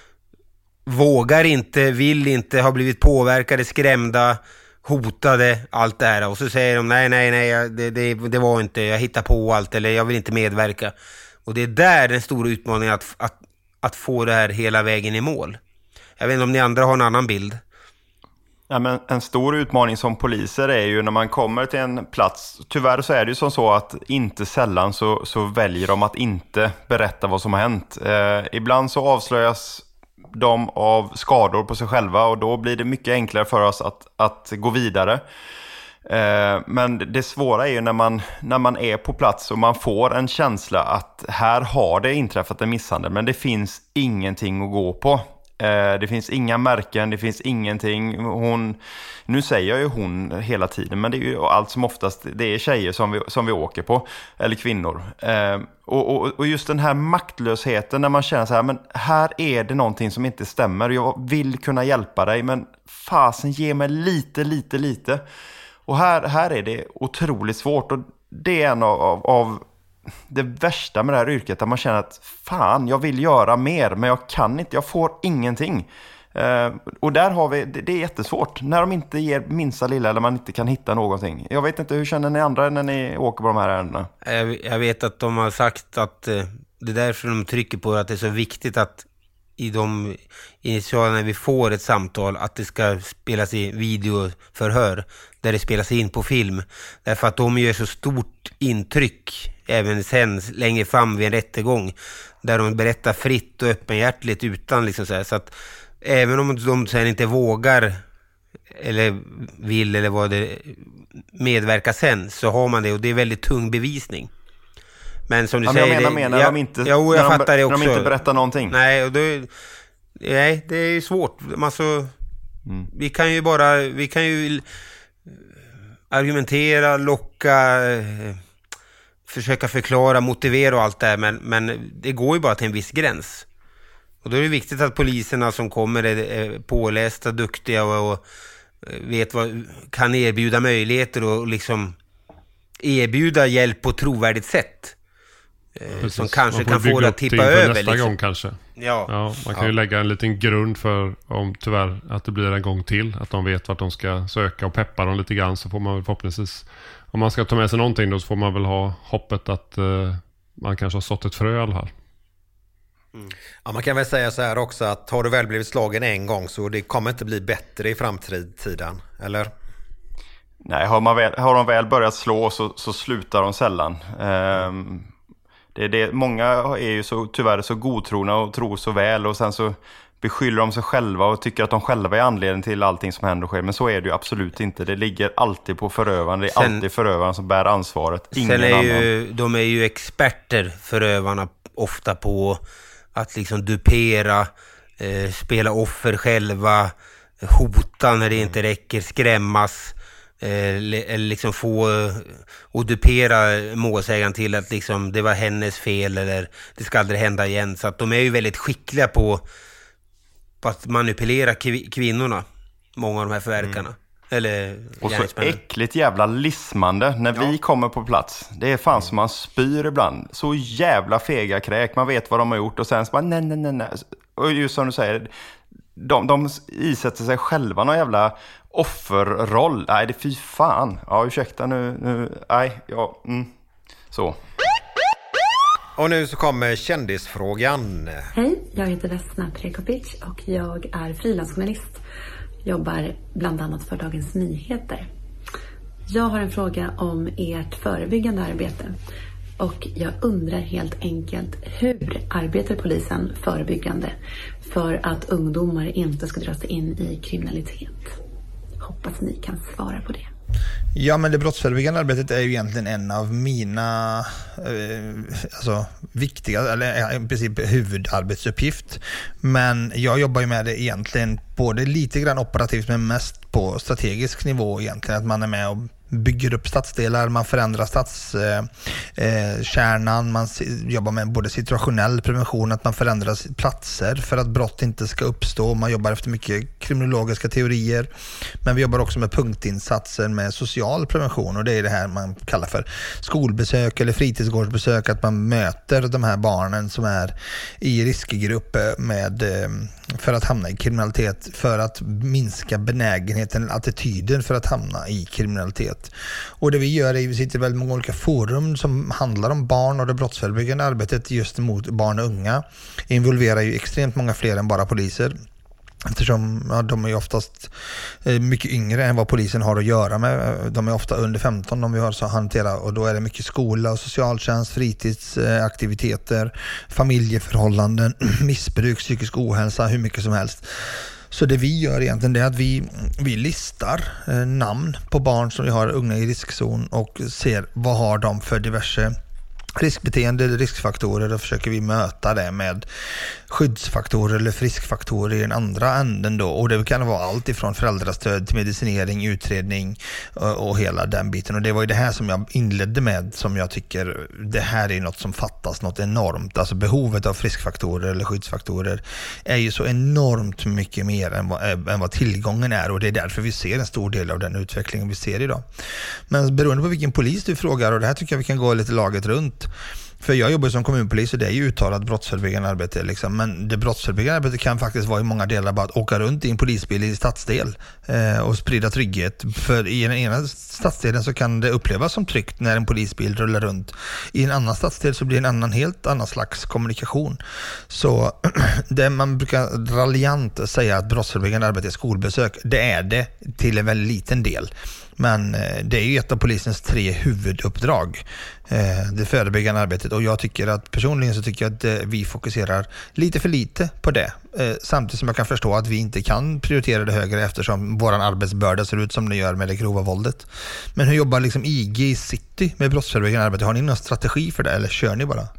vågar inte, vill inte, har blivit påverkade, skrämda, hotade, allt det här. Och så säger de nej, nej, nej, det, det, det var inte, jag hittar på allt, eller jag vill inte medverka. Och det är där den stora utmaningen, att, att, att få det här hela vägen i mål. Jag vet inte om ni andra har en annan bild. Ja, men en stor utmaning som poliser är ju när man kommer till en plats. Tyvärr så är det ju som så att inte sällan så, så väljer de att inte berätta vad som har hänt. Eh, ibland så avslöjas de av skador på sig själva, och då blir det mycket enklare för oss att, att gå vidare. Eh, men det svåra är ju när man, när man är på plats och man får en känsla att här har det inträffat en misshandel, men det finns ingenting att gå på. Det finns inga märken, det finns ingenting. Hon, nu säger jag ju hon hela tiden, men det är ju allt som oftast det är tjejer som vi, som vi åker på, eller kvinnor. Eh, och, och, och just den här maktlösheten när man känner så här, men här är det någonting som inte stämmer. Jag vill kunna hjälpa dig, men fasen, ge mig lite, lite, lite. Och här, här är det otroligt svårt, och det är en av, av, av det värsta med det här yrket, där man känner att fan, jag vill göra mer, men jag kan inte, jag får ingenting. Uh, och där har vi, det, det är jättesvårt när de inte ger minsta lilla, eller man inte kan hitta någonting. Jag vet inte, hur känner ni andra när ni åker på de här ärendena? Jag, jag vet att de har sagt att uh, det är därför de trycker på att det är så viktigt att i de initiala när vi får ett samtal, att det ska spelas i videoförhör där det spelas in på film, därför att de gör så stort intryck även sen längre fram vid en rättegång, där de berättar fritt och öppenhjärtligt utan liksom så här, så att även om de sen inte vågar eller vill eller vad det medverka sen, så har man det, och det är väldigt tung bevisning. Men som du ja, säger, jag menar, menar jag, de inte, jo, jag när fattar de, det också. När de inte berättar någonting. Nej, och det, nej, det är svårt. Alltså, mm. vi kan ju bara, vi kan ju argumentera, locka, försöka förklara, motivera och allt det här, men, men det går ju bara till en viss gräns. Och då är det viktigt att poliserna som kommer är pålästa, duktiga och, och vet vad, kan erbjuda möjligheter och liksom erbjuda hjälp på ett trovärdigt sätt. eh, som kanske kan få det att tippa över. Nästa liksom. gång kanske. Ja. Ja, man kan ja. ju lägga en liten grund för om tyvärr att det blir en gång till. Att de vet vart de ska söka och peppa dem lite grann, så får man väl förhoppningsvis, om man ska ta med sig någonting då, så får man väl ha hoppet att eh, man kanske har sått ett frö i alla fall. Mm. Ja, man kan väl säga så här också att har du väl blivit slagen en gång så det kommer inte bli bättre i framtiden, eller? Nej, har, man väl, har de väl börjat slå så, så slutar de sällan. Um, det är det, många är ju så, tyvärr så godtrogna och tror så väl, och sen så beskyller de sig själva och tycker att de själva är anledningen till allting som händer och sker. Men så är det ju absolut inte. Det ligger alltid på förövaren. Det är sen, alltid förövaren som bär ansvaret. Ingen sen är annan. Ju, de är ju experter, förövarna, ofta på att liksom dupera, eh, spela offer själva, hota när det inte räcker, skrämmas, eh, eller liksom få och dupera målsägaren till att liksom det var hennes fel eller det ska aldrig hända igen. Så att de är ju väldigt skickliga på, på att manipulera kv- kvinnorna, många av de här förverkarna. Mm. Eller och så äckligt jävla lismande när ja. vi kommer på plats. Det är fan som man spyr ibland. Så jävla fega kräk. Man vet vad de har gjort och sen så bara nej, nej, nej, nej. Och just som du säger, de, de isätter sig själva någon jävla offerroll. Nej, det är fy fan. Ja, ursäkta nu. nu nej, ja, mm. Så. Och nu så kommer kändisfrågan. Hej, jag heter Vesna Prekopic och jag är frilansjournalist. Jobbar bland annat för Dagens Nyheter. Jag har en fråga om ert förebyggande arbete. Och jag undrar helt enkelt, hur arbetar polisen förebyggande för att ungdomar inte ska dra sig in i kriminalitet? Hoppas ni kan svara på det. Ja, men det brottsförebyggande arbetet är ju egentligen en av mina eh, alltså, viktiga, eller i princip huvudarbetsuppgift. Men jag jobbar ju med det egentligen både lite grann operativt men mest på strategisk nivå egentligen. Att man är med och bygger upp stadsdelar, man förändrar stadskärnan, eh, man jobbar med både situationell prevention, att man förändrar platser för att brott inte ska uppstå. Man jobbar efter mycket kriminologiska teorier, men vi jobbar också med punktinsatser med social prevention, och det är det här man kallar för skolbesök eller fritidsgårdsbesök, att man möter de här barnen som är i riskgrupp med, för att hamna i kriminalitet, för att minska benägenheten, attityden för att hamna i kriminalitet. Och det vi gör är att vi sitter i väldigt många olika forum som handlar om barn, och det brottsförebyggande arbetet just mot barn och unga involverar ju extremt många fler än bara poliser. Eftersom ja, de är oftast eh, mycket yngre än vad polisen har att göra med. De är ofta under femton om vi har så att hantera, och då är det mycket skola och socialtjänst, fritidsaktiviteter, eh, familjeförhållanden, missbruk, psykisk ohälsa, hur mycket som helst. Så det vi gör egentligen är att vi, vi listar eh, namn på barn som vi har unga i riskzon och ser vad har de för diverse riskbeteende, riskfaktorer, och försöker vi möta det med skyddsfaktorer eller friskfaktorer i den andra änden då. Och det kan vara allt ifrån föräldrastöd till medicinering, utredning och, och hela den biten. Och det var ju det här som jag inledde med, som jag tycker det här är något som fattas något enormt. Alltså behovet av friskfaktorer eller skyddsfaktorer är ju så enormt mycket mer än vad, än vad tillgången är, och det är därför vi ser en stor del av den utvecklingen vi ser idag. Men beroende på vilken polis du frågar, och det här tycker jag vi kan gå lite laget runt. För jag jobbar som kommunpolis och det är ju uttalat brottsförebyggande arbete liksom. Men det brottsförebyggande arbetet kan faktiskt vara i många delar bara att åka runt i en polisbil i stadsdel eh, och sprida trygghet. För i den ena stadsdelen så kan det upplevas som tryggt när en polisbil rullar runt. I en annan stadsdel så blir det en annan, helt annan slags kommunikation. Så det man brukar raljant säga att brottsförebyggande arbete är skolbesök, det är det till en väldigt liten del. Men det är ju ett av polisens tre huvuduppdrag, det förebyggande arbetet, och jag tycker att personligen så tycker jag att vi fokuserar lite för lite på det, samtidigt som jag kan förstå att vi inte kan prioritera det högre eftersom våran arbetsbörda ser ut som det gör med det grova våldet. Men hur jobbar liksom I G i City med brottsförebyggande arbete? Har ni någon strategi för det eller kör ni bara?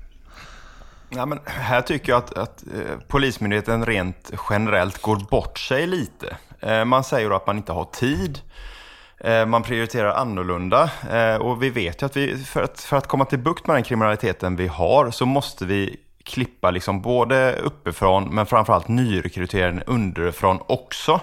Ja, men här tycker jag att, att eh, Polismyndigheten rent generellt går bort sig lite. Eh, man säger att man inte har tid. Man prioriterar annorlunda, och vi vet ju att vi för att, för att komma till bukt med den kriminaliteten vi har så måste vi klippa liksom både uppifrån men framförallt nyrekryteringen underifrån också.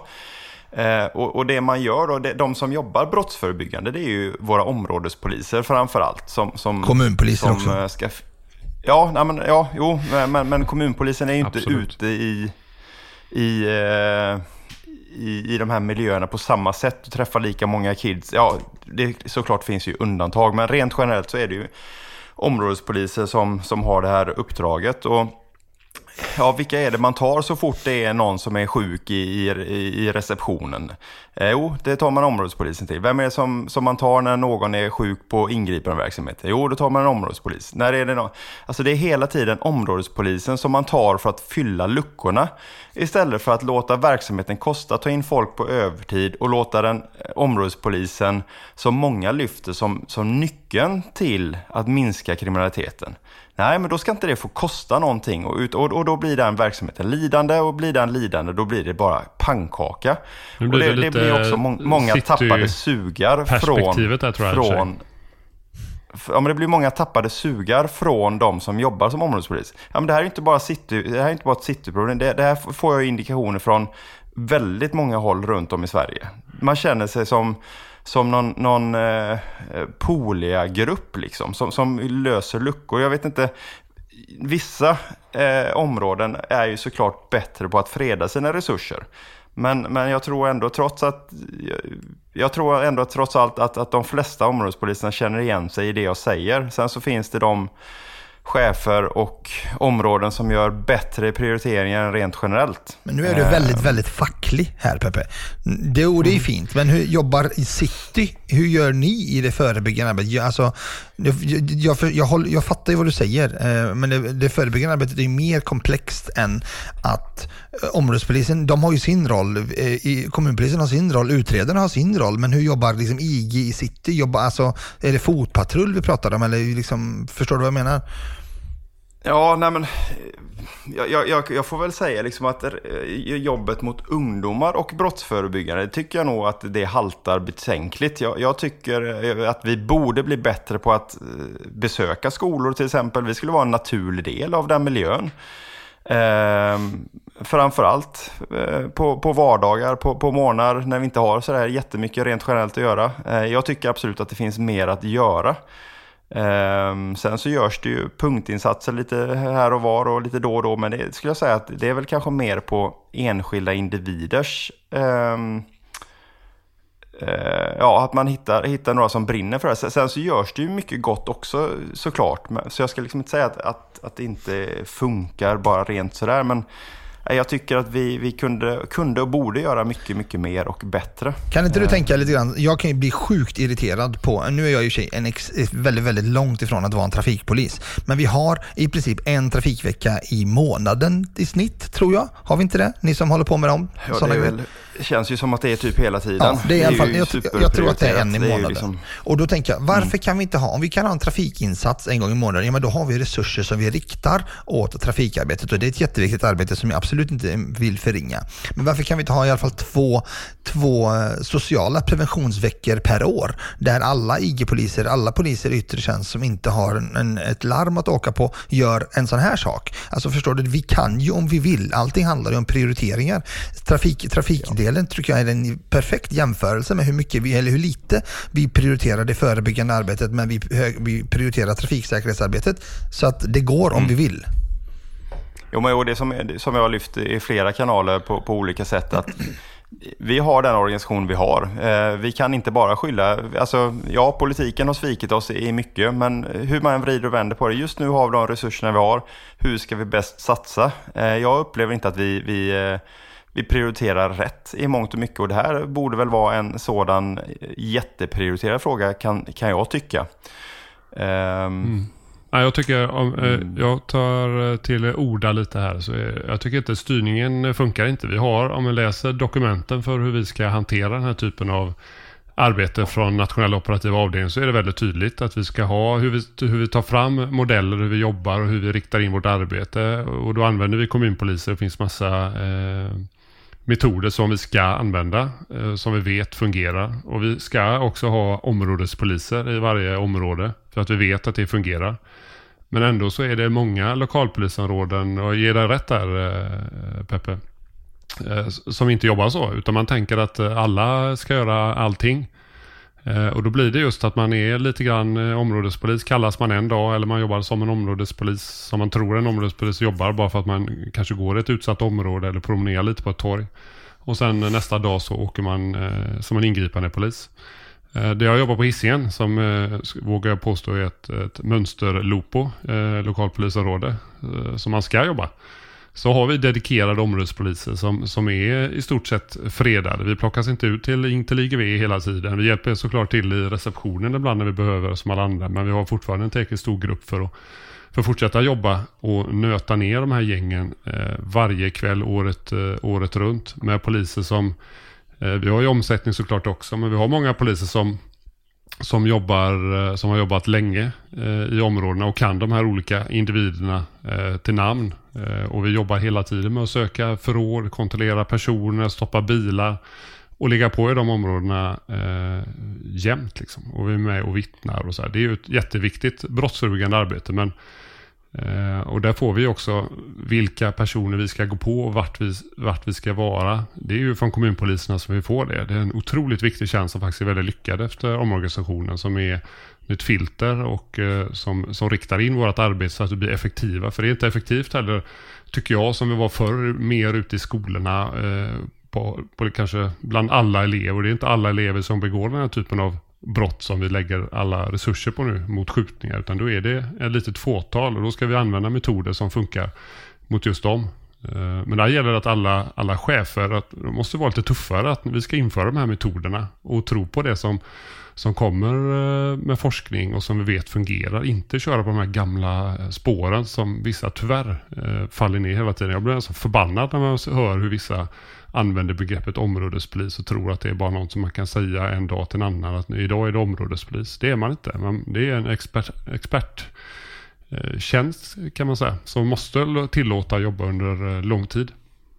Och, och det man gör då, det, de som jobbar brottsförebyggande, det är ju våra områdespoliser framförallt. Som, som, kommunpoliser som också. Ska, Ja, nej, men, ja jo, men, men kommunpolisen är ju inte Absolut. ute i, i, eh, i, i de här miljöerna på samma sätt och träffar lika många kids. Ja, det såklart finns ju undantag, men rent generellt så är det ju områdespoliser som, som har det här uppdraget. Och ja, vilka är det man tar så fort det är någon som är sjuk i, i, i receptionen? Eh, jo, det tar man områdespolisen till. Vem är det som, som man tar när någon är sjuk på ingripande verksamhet? Jo, då tar man en områdespolis. När är det no- alltså det är hela tiden områdespolisen som man tar för att fylla luckorna. Istället för att låta verksamheten kosta, ta in folk på övertid och låta den områdespolisen som många lyfter som, som nyckeln till att minska kriminaliteten. Nej, men då ska inte det få kosta någonting och, ut, och, och då blir den verksamheten lidande och blir den lidande då blir det bara pannkaka. Nu blir och det, det, det blir också må, många tappade sugar från, där, tror jag, från ja, men det blir många tappade sugar från de som jobbar som områdespolis. Ja, men det här är inte bara city, det här är inte bara ett cityproblem. Det, det här får jag indikationer från väldigt många håll runt om i Sverige. Man känner sig som som någon, någon eh, Poolia-grupp liksom, som, som löser luckor. Jag vet inte, vissa eh, områden är ju såklart bättre på att freda sina resurser. Men, men jag tror ändå trots att jag, jag tror ändå trots allt att, att de flesta områdespoliserna känner igen sig i det jag säger. Sen så finns det de chefer och områden som gör bättre prioriteringar än rent generellt. Men nu är du väldigt, väldigt facklig här, Peppe. Det, och det är fint, men hur jobbar i city? Hur gör ni i det förebyggande arbetet? Jag, alltså, jag, jag, jag, håller, jag fattar ju vad du säger, men det, det förebyggande arbetet är mer komplext än att områdespolisen, de har ju sin roll, i, kommunpolisen har sin roll, utredarna har sin roll, men hur jobbar liksom I G i city? Jobbar, alltså, är det fotpatrull vi pratar om? Eller liksom, förstår du vad jag menar? Ja, nej men jag, jag, jag får väl säga liksom att jobbet mot ungdomar och brottsförebyggande tycker jag nog att det haltar betänkligt. Jag, jag tycker att vi borde bli bättre på att besöka skolor till exempel. Vi skulle vara en naturlig del av den miljön. Eh, framförallt eh, på, på vardagar, på, på morgnar när vi inte har så där jättemycket rent generellt att göra. Eh, jag tycker absolut att det finns mer att göra. Um, sen så görs det ju punktinsatser lite här och var och lite då och då, men det skulle jag säga att det är väl kanske mer på enskilda individers um, uh, ja, att man hittar, hittar några som brinner för det. Sen så görs det ju mycket gott också såklart, så jag ska liksom inte säga att, att, att det inte funkar bara rent sådär, men jag tycker att vi, vi kunde, kunde och borde göra mycket, mycket mer och bättre. Kan inte du tänka lite grann, jag kan ju bli sjukt irriterad på, nu är jag ju tjej, en ex, väldigt, väldigt långt ifrån att vara en trafikpolis, men vi har i princip en trafikvecka i månaden i snitt, tror jag. Har vi inte det? Ni som håller på med dem? Ja, det är väl, känns ju som att det är typ hela tiden. Ja, det är i alla fall, jag, jag tror att det är en i månaden. Liksom... Och då tänker jag, varför mm. kan vi inte ha, om vi kan ha en trafikinsats en gång i månaden, ja men då har vi resurser som vi riktar åt trafikarbetet, och det är ett jätteviktigt arbete som jag absolut inte vill förringa. Men varför kan vi inte ha i alla fall två, två sociala preventionsveckor per år, där alla I G-poliser, alla poliser i yttre tjänst som inte har en, en, ett larm att åka på gör en sån här sak. Alltså förstår du, vi kan ju om vi vill. Allting handlar ju om prioriteringar. Trafik, trafikdelen ja. tycker jag är en perfekt jämförelse med hur mycket vi, eller hur lite vi prioriterar det förebyggande arbetet, men vi, vi prioriterar trafiksäkerhetsarbetet så att det går om mm. vi vill. Jo, men det som, som jag har lyft i flera kanaler på, på olika sätt, att vi har den organisation vi har. Eh, vi kan inte bara skylla, alltså ja, politiken har svikit oss i mycket, men hur man vrider och vänder på det, just nu har vi de resurserna vi har, hur ska vi bäst satsa? Eh, jag upplever inte att vi, vi, eh, vi prioriterar rätt i mångt och mycket, och det här borde väl vara en sådan jätteprioriterad fråga, kan, kan jag tycka. Eh, mm. Ja, jag tycker om, mm. jag tar till orda lite här, så jag tycker inte styrningen funkar inte. Vi har, om man läser dokumenten för hur vi ska hantera den här typen av arbete från nationella operativa avdelningen, så är det väldigt tydligt att vi ska ha hur vi, hur vi tar fram modeller, hur vi jobbar och hur vi riktar in vårt arbete, och då använder vi kommunpoliser. Det finns massa eh, metoder som vi ska använda, eh, som vi vet fungerar, och vi ska också ha områdespoliser i varje område för att vi vet att det fungerar. Men ändå så är det många lokalpolisområden, och ger dig rätt där, Peppe, som inte jobbar så, utan man tänker att alla ska göra allting. Eh, och då blir det just att man är lite grann eh, områdespolis, kallas man en dag, eller man jobbar som en områdespolis som man tror en områdespolis jobbar, bara för att man kanske går i ett utsatt område eller promenerar lite på ett torg. Och sen eh, nästa dag så åker man eh, som en ingripande polis. Eh, det jag jobbar på Hisingen, som eh, vågar jag påstå är ett, ett mönsterlopo, eh, lokalpolisområde, eh, som man ska jobba. Så har vi dedikerade områdespoliser som, som är i stort sett fredade. Vi plockas inte ut till inte I G V hela tiden. Vi hjälper såklart till i receptionen ibland när vi behöver som alla andra. Men vi har fortfarande en tillräckligt stor grupp för att, för att fortsätta jobba och nöta ner de här gängen eh, varje kväll året, eh, året runt. Med poliser som, eh, vi har ju omsättning såklart också, men vi har många poliser som Som, jobbar, som har jobbat länge eh, i områdena och kan de här olika individerna eh, till namn. Eh, och vi jobbar hela tiden med att söka förråd, kontrollera personer, stoppa bilar och ligga på i de områdena eh, jämt. Liksom. Och vi är med och vittnar och så här. Det är ju ett jätteviktigt brottsförebyggande arbete, men Eh, och där får vi också vilka personer vi ska gå på och vart vi, vart vi ska vara. Det är ju från kommunpoliserna som vi får det. Det är en otroligt viktig tjänst som faktiskt är väldigt lyckad efter omorganisationen, som är ett filter och eh, som, som riktar in vårt arbete så att vi blir effektiva. För det är inte effektivt heller, tycker jag, som vi var förr, mer ute i skolorna eh, på, på kanske bland alla elever. Det är inte alla elever som begår den här typen av brott som vi lägger alla resurser på nu mot skjutningar, utan då är det ett litet fåtal, och då ska vi använda metoder som funkar mot just dem. Men där gäller det att alla, alla chefer att de måste vara lite tuffare, att vi ska införa de här metoderna och tro på det som, som kommer med forskning och som vi vet fungerar. Inte köra på de här gamla spåren som vissa tyvärr faller ner hela tiden. Jag blir så förbannad när man hör hur vissa använder begreppet områdespolis och tror att det är bara något som man kan säga en dag till en annan, att idag är det områdespolis. Det är man inte. Man, det är en expert, expert eh, tjänst kan man säga, som måste tillåta jobba under eh, lång tid.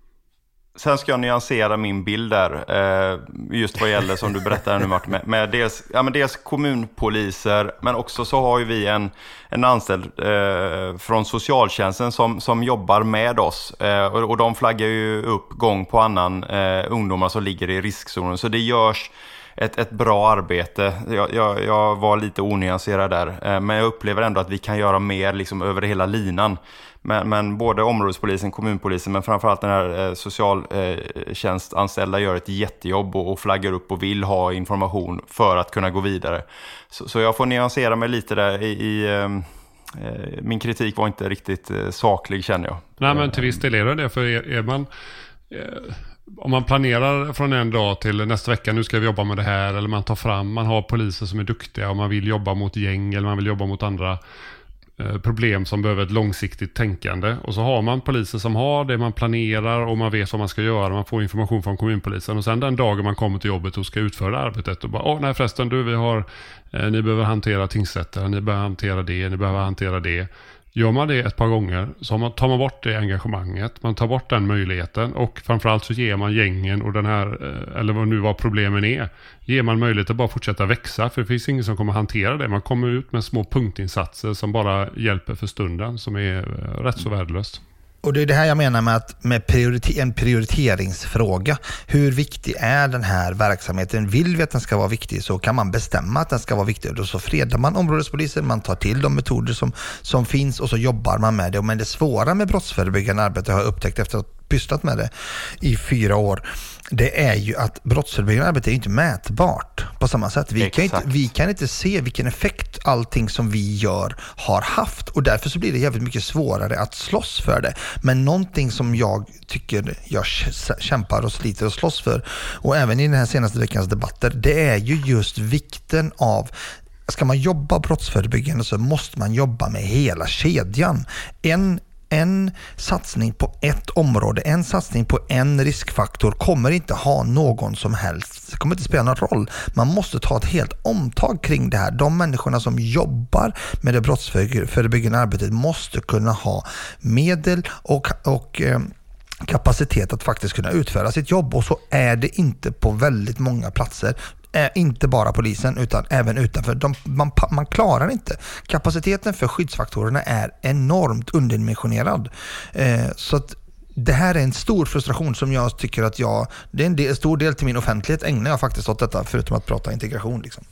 Sen ska jag nyansera min bild där, eh, just vad gäller som du berättade nu Martin, med, med dels, ja, men dels kommunpoliser, men också så har ju vi en, en anställd eh, från socialtjänsten som, som jobbar med oss, eh, och, och de flaggar ju upp gång på annan eh, ungdomar som ligger i riskzonen, så det görs ett, ett bra arbete. Jag, jag, jag var lite onyanserad där, eh, men jag upplever ändå att vi kan göra mer liksom över hela linan. Men, men både områdespolisen, kommunpolisen, men framförallt den här eh, socialtjänstanställda eh, gör ett jättejobb och, och flaggar upp och vill ha information för att kunna gå vidare. Så, så jag får nyansera mig lite där i, i eh, min kritik var inte riktigt eh, saklig, känner jag. Nej, men till viss del är det, för är, är man eh, om man planerar från en dag till nästa vecka, nu ska vi jobba med det här, eller man tar fram, man har poliser som är duktiga och man vill jobba mot gäng eller man vill jobba mot andra problem som behöver ett långsiktigt tänkande, och så har man poliser som har det man planerar och man vet vad man ska göra, man får information från kommunpolisen, och sen den dagen man kommer till jobbet och ska utföra arbetet och bara, åh nej förresten du, vi har eh, ni behöver hantera tingsrätter, ni behöver hantera det, ni behöver hantera det. Gör man det ett par gånger så man, tar man bort det engagemanget, man tar bort den möjligheten, och framförallt så ger man gängen och den här, eller vad nu vad problemen är, ger man möjlighet att bara fortsätta växa, för det finns ingen som kommer hantera det. Man kommer ut med små punktinsatser som bara hjälper för stunden, som är rätt så värdelöst. Och det är det här jag menar med att med prioriter- en prioriteringsfråga. Hur viktig är den här verksamheten? Vill vi att den ska vara viktig, så kan man bestämma att den ska vara viktig. Och då så fredar man områdespolisen, man tar till de metoder som, som finns och så jobbar man med det. Men det svåra med brottsförebyggande arbete har jag upptäckt efter att ha pysslat med det i fyra år. Det är ju att brottsförebyggande arbete är inte mätbart på samma sätt. Vi kan, inte, vi kan inte se vilken effekt allting som vi gör har haft, och därför så blir det jävligt mycket svårare att slåss för det. Men någonting som jag tycker jag kämpar och sliter och slåss för, och även i den här senaste veckans debatter, det är ju just vikten av, ska man jobba brottsförebyggande så måste man jobba med hela kedjan. En En satsning på ett område, en satsning på en riskfaktor kommer inte ha någon som helst, det kommer inte spela någon roll. Man måste ta ett helt omtag kring det här. De människorna som jobbar med det brottsförebyggande arbetet måste kunna ha medel och, och eh, kapacitet att faktiskt kunna utföra sitt jobb, och så är det inte på väldigt många platser. Är inte bara polisen utan även utanför. De, man, man klarar inte. Kapaciteten för skyddsfaktorerna är enormt underdimensionerad. Eh, så att det här är en stor frustration som jag tycker att jag, det är en del, stor del till min offentlighet ägnar jag faktiskt åt detta, förutom att prata integration liksom.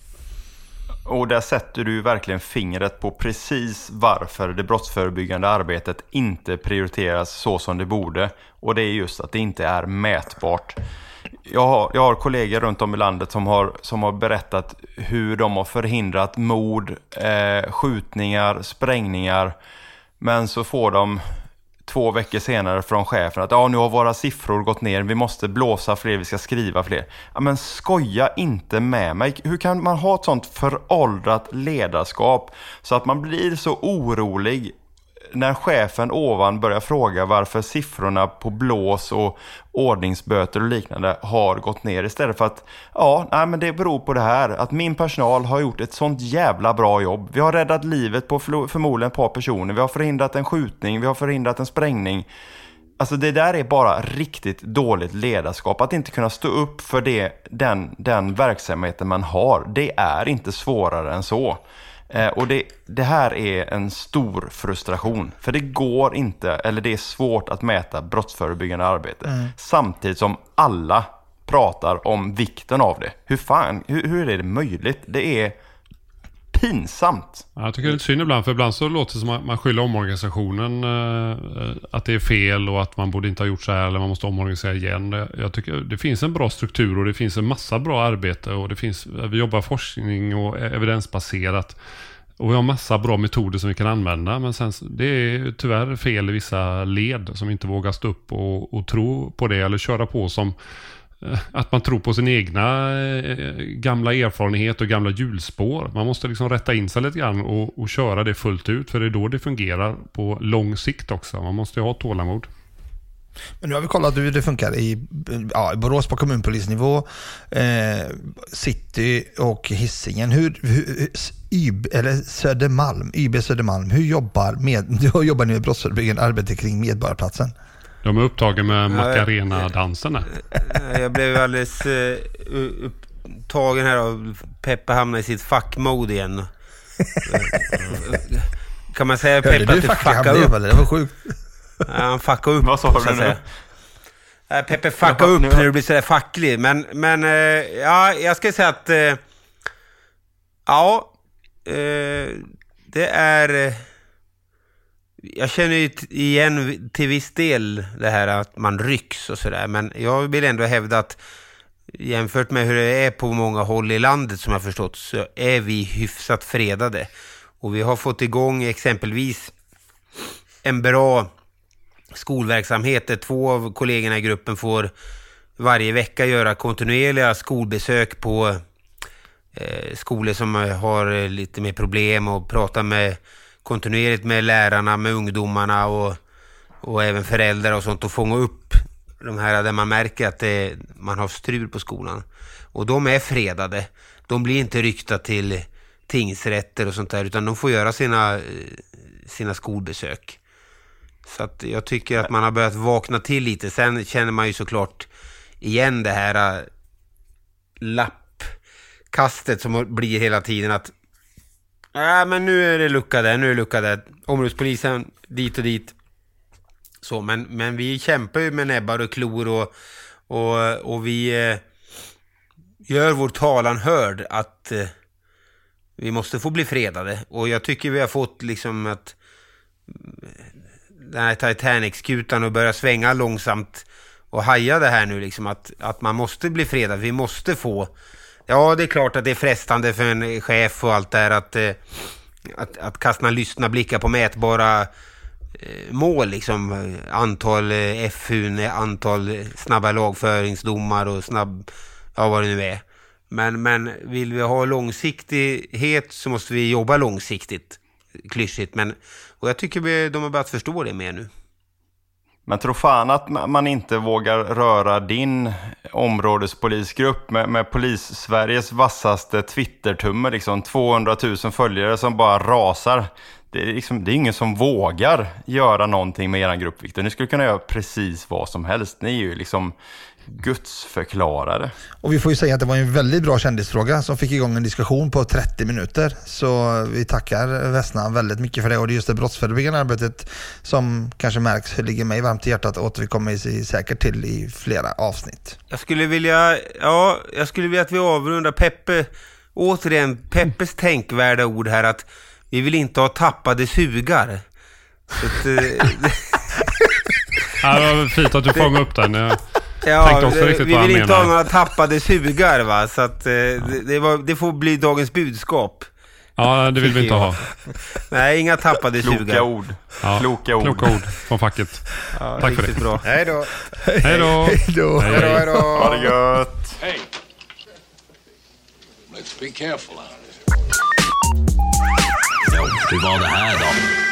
Och där sätter du verkligen fingret på precis varför det brottsförebyggande arbetet inte prioriteras så som det borde. Och det är just att det inte är mätbart. Jag har, jag har kollegor runt om i landet som har, som har berättat hur de har förhindrat mord, eh, skjutningar, sprängningar. Men så får de två veckor senare från chefen att ja, nu har våra siffror gått ner, vi måste blåsa fler, vi ska skriva fler. Ja, men skoja inte med mig. Hur kan man ha ett sånt föråldrat ledarskap så att man blir så orolig när chefen ovan börjar fråga varför siffrorna på blås och ordningsböter och liknande har gått ner, istället för att ja, nej, men det beror på det här att min personal har gjort ett sånt jävla bra jobb. Vi har räddat livet på förmodligen ett par personer, vi har förhindrat en skjutning, vi har förhindrat en sprängning. Alltså det där är bara riktigt dåligt ledarskap, att inte kunna stå upp för det, den, den verksamheten man har. Det är inte svårare än så. Eh, och det, det här är en stor frustration. För det går inte, eller det är svårt att mäta brottsförebyggande arbete. Mm. Samtidigt som alla pratar om vikten av det. Hur fan, hur, hur är det möjligt? Det är pinsamt. Ja, jag tycker det är lite synd ibland, för ibland så låter det som att man skyller omorganisationen eh, att det är fel och att man borde inte ha gjort så här eller man måste omorganisera igen. Jag tycker det finns en bra struktur och det finns en massa bra arbete och det finns, vi jobbar forskning och evidensbaserat och vi har massa bra metoder som vi kan använda, men sen det är tyvärr fel i vissa led som inte vågar stå upp och, och tro på det eller köra på som att man tror på sin egna eh, gamla erfarenhet och gamla hjulspår. Man måste liksom rätta in sig lite grann och, och köra det fullt ut, för det är då det fungerar på lång sikt också. Man måste ju ha tålamod. Men nu har vi kollat hur det funkar i, ja, i Borås på kommunpolisnivå, eh, City och Hisingen. Hur, hur Y B, eller Södermalm, Y B Södermalm, hur jobbar, med, hur jobbar ni med brottsförebyggande arbete kring Medborgarplatsen? De är upptagen med Macarena-dansen. Jag blev alldeles uh, upptagen här och Peppe hamnade i sitt fuck-mode igen. Kan man säga Peppe att du fuckade upp? Eller? Det var sjukt. Ja, han fuckade upp. Vad sa du nu? Äh, Peppe fuckade upp när du blir sådär facklig. Men, men uh, ja, jag ska säga att uh, ja, uh, det är... Uh, jag känner ju igen till viss del det här att man rycks och sådär. Men jag vill ändå hävda att jämfört med hur det är på många håll i landet som jag förstått, så är vi hyfsat fredade. Och vi har fått igång exempelvis en bra skolverksamhet där två av kollegorna i gruppen får varje vecka göra kontinuerliga skolbesök på eh, skolor som har lite mer problem och prata med kontinuerligt med lärarna, med ungdomarna och, och även föräldrar och sånt, och fånga upp de här där man märker att det, man har strul på skolan. Och de är fredade. De blir inte ryckta till tingsrätter och sånt där, utan de får göra sina, sina skolbesök. Så att jag tycker att man har börjat vakna till lite. Sen känner man ju såklart igen det här äh, lappkastet som blir hela tiden att ja, men nu är det lucka där, nu är det lucka där. Områdespolisen dit och dit. Så, men, men vi kämpar ju med näbbar och klor och, och, och vi eh, gör vår talan hörd att eh, vi måste få bli fredade. Och jag tycker vi har fått liksom att den här Titanic-skutan och börja svänga långsamt och haja det här nu liksom att, att man måste bli fredad. Vi måste få... Ja, det är klart att det är frestande för en chef och allt där att, att, att kasta lyssna blickar på mätbara mål, liksom antal F U, antal snabba lagföringsdomar och snabb, ja vad det nu är. Men, men vill vi ha långsiktighet så måste vi jobba långsiktigt, klyschigt. Men, och jag tycker vi, de har börjat förstå det mer nu. Men tror fan att man inte vågar röra din områdespolisgrupp med, med polis-Sveriges vassaste Twitter-tumme, liksom tvåhundratusen följare som bara rasar. det är, liksom, det är ingen som vågar göra någonting med er grupp, Victor. Ni skulle kunna göra precis vad som helst. Ni är ju liksom gudsförklarade. Och vi får ju säga att det var en väldigt bra kändisfråga som fick igång en diskussion på trettio minuter. Så vi tackar Vesna väldigt mycket för det. Och det är just det brottsförebyggande arbetet som kanske märks ligger mig varmt i hjärtat och återkommer sig säkert till i flera avsnitt. Jag skulle vilja, ja, jag skulle vilja att vi avrundar Peppe, återigen Peppes tänkvärda ord här, att vi vill inte ha tappade sugar. Så att, ja, det var fint att du fångade upp den. Jag ja, också vi vill inte menar. ha några tappade sugar, va? Så att eh, ja. det, det, var, det får bli dagens budskap. Ja, det vill vi inte ha. Nej, inga tappade Kloka sugar. Ord. Ja, Kloka ord. Kloka ord från facket. Ja, tack för det. Bra. Hej då. Hej då. Hej då. Hej då. Hej då. Ha det gött. Hey. Let's be careful out. Ja, hur var det här då?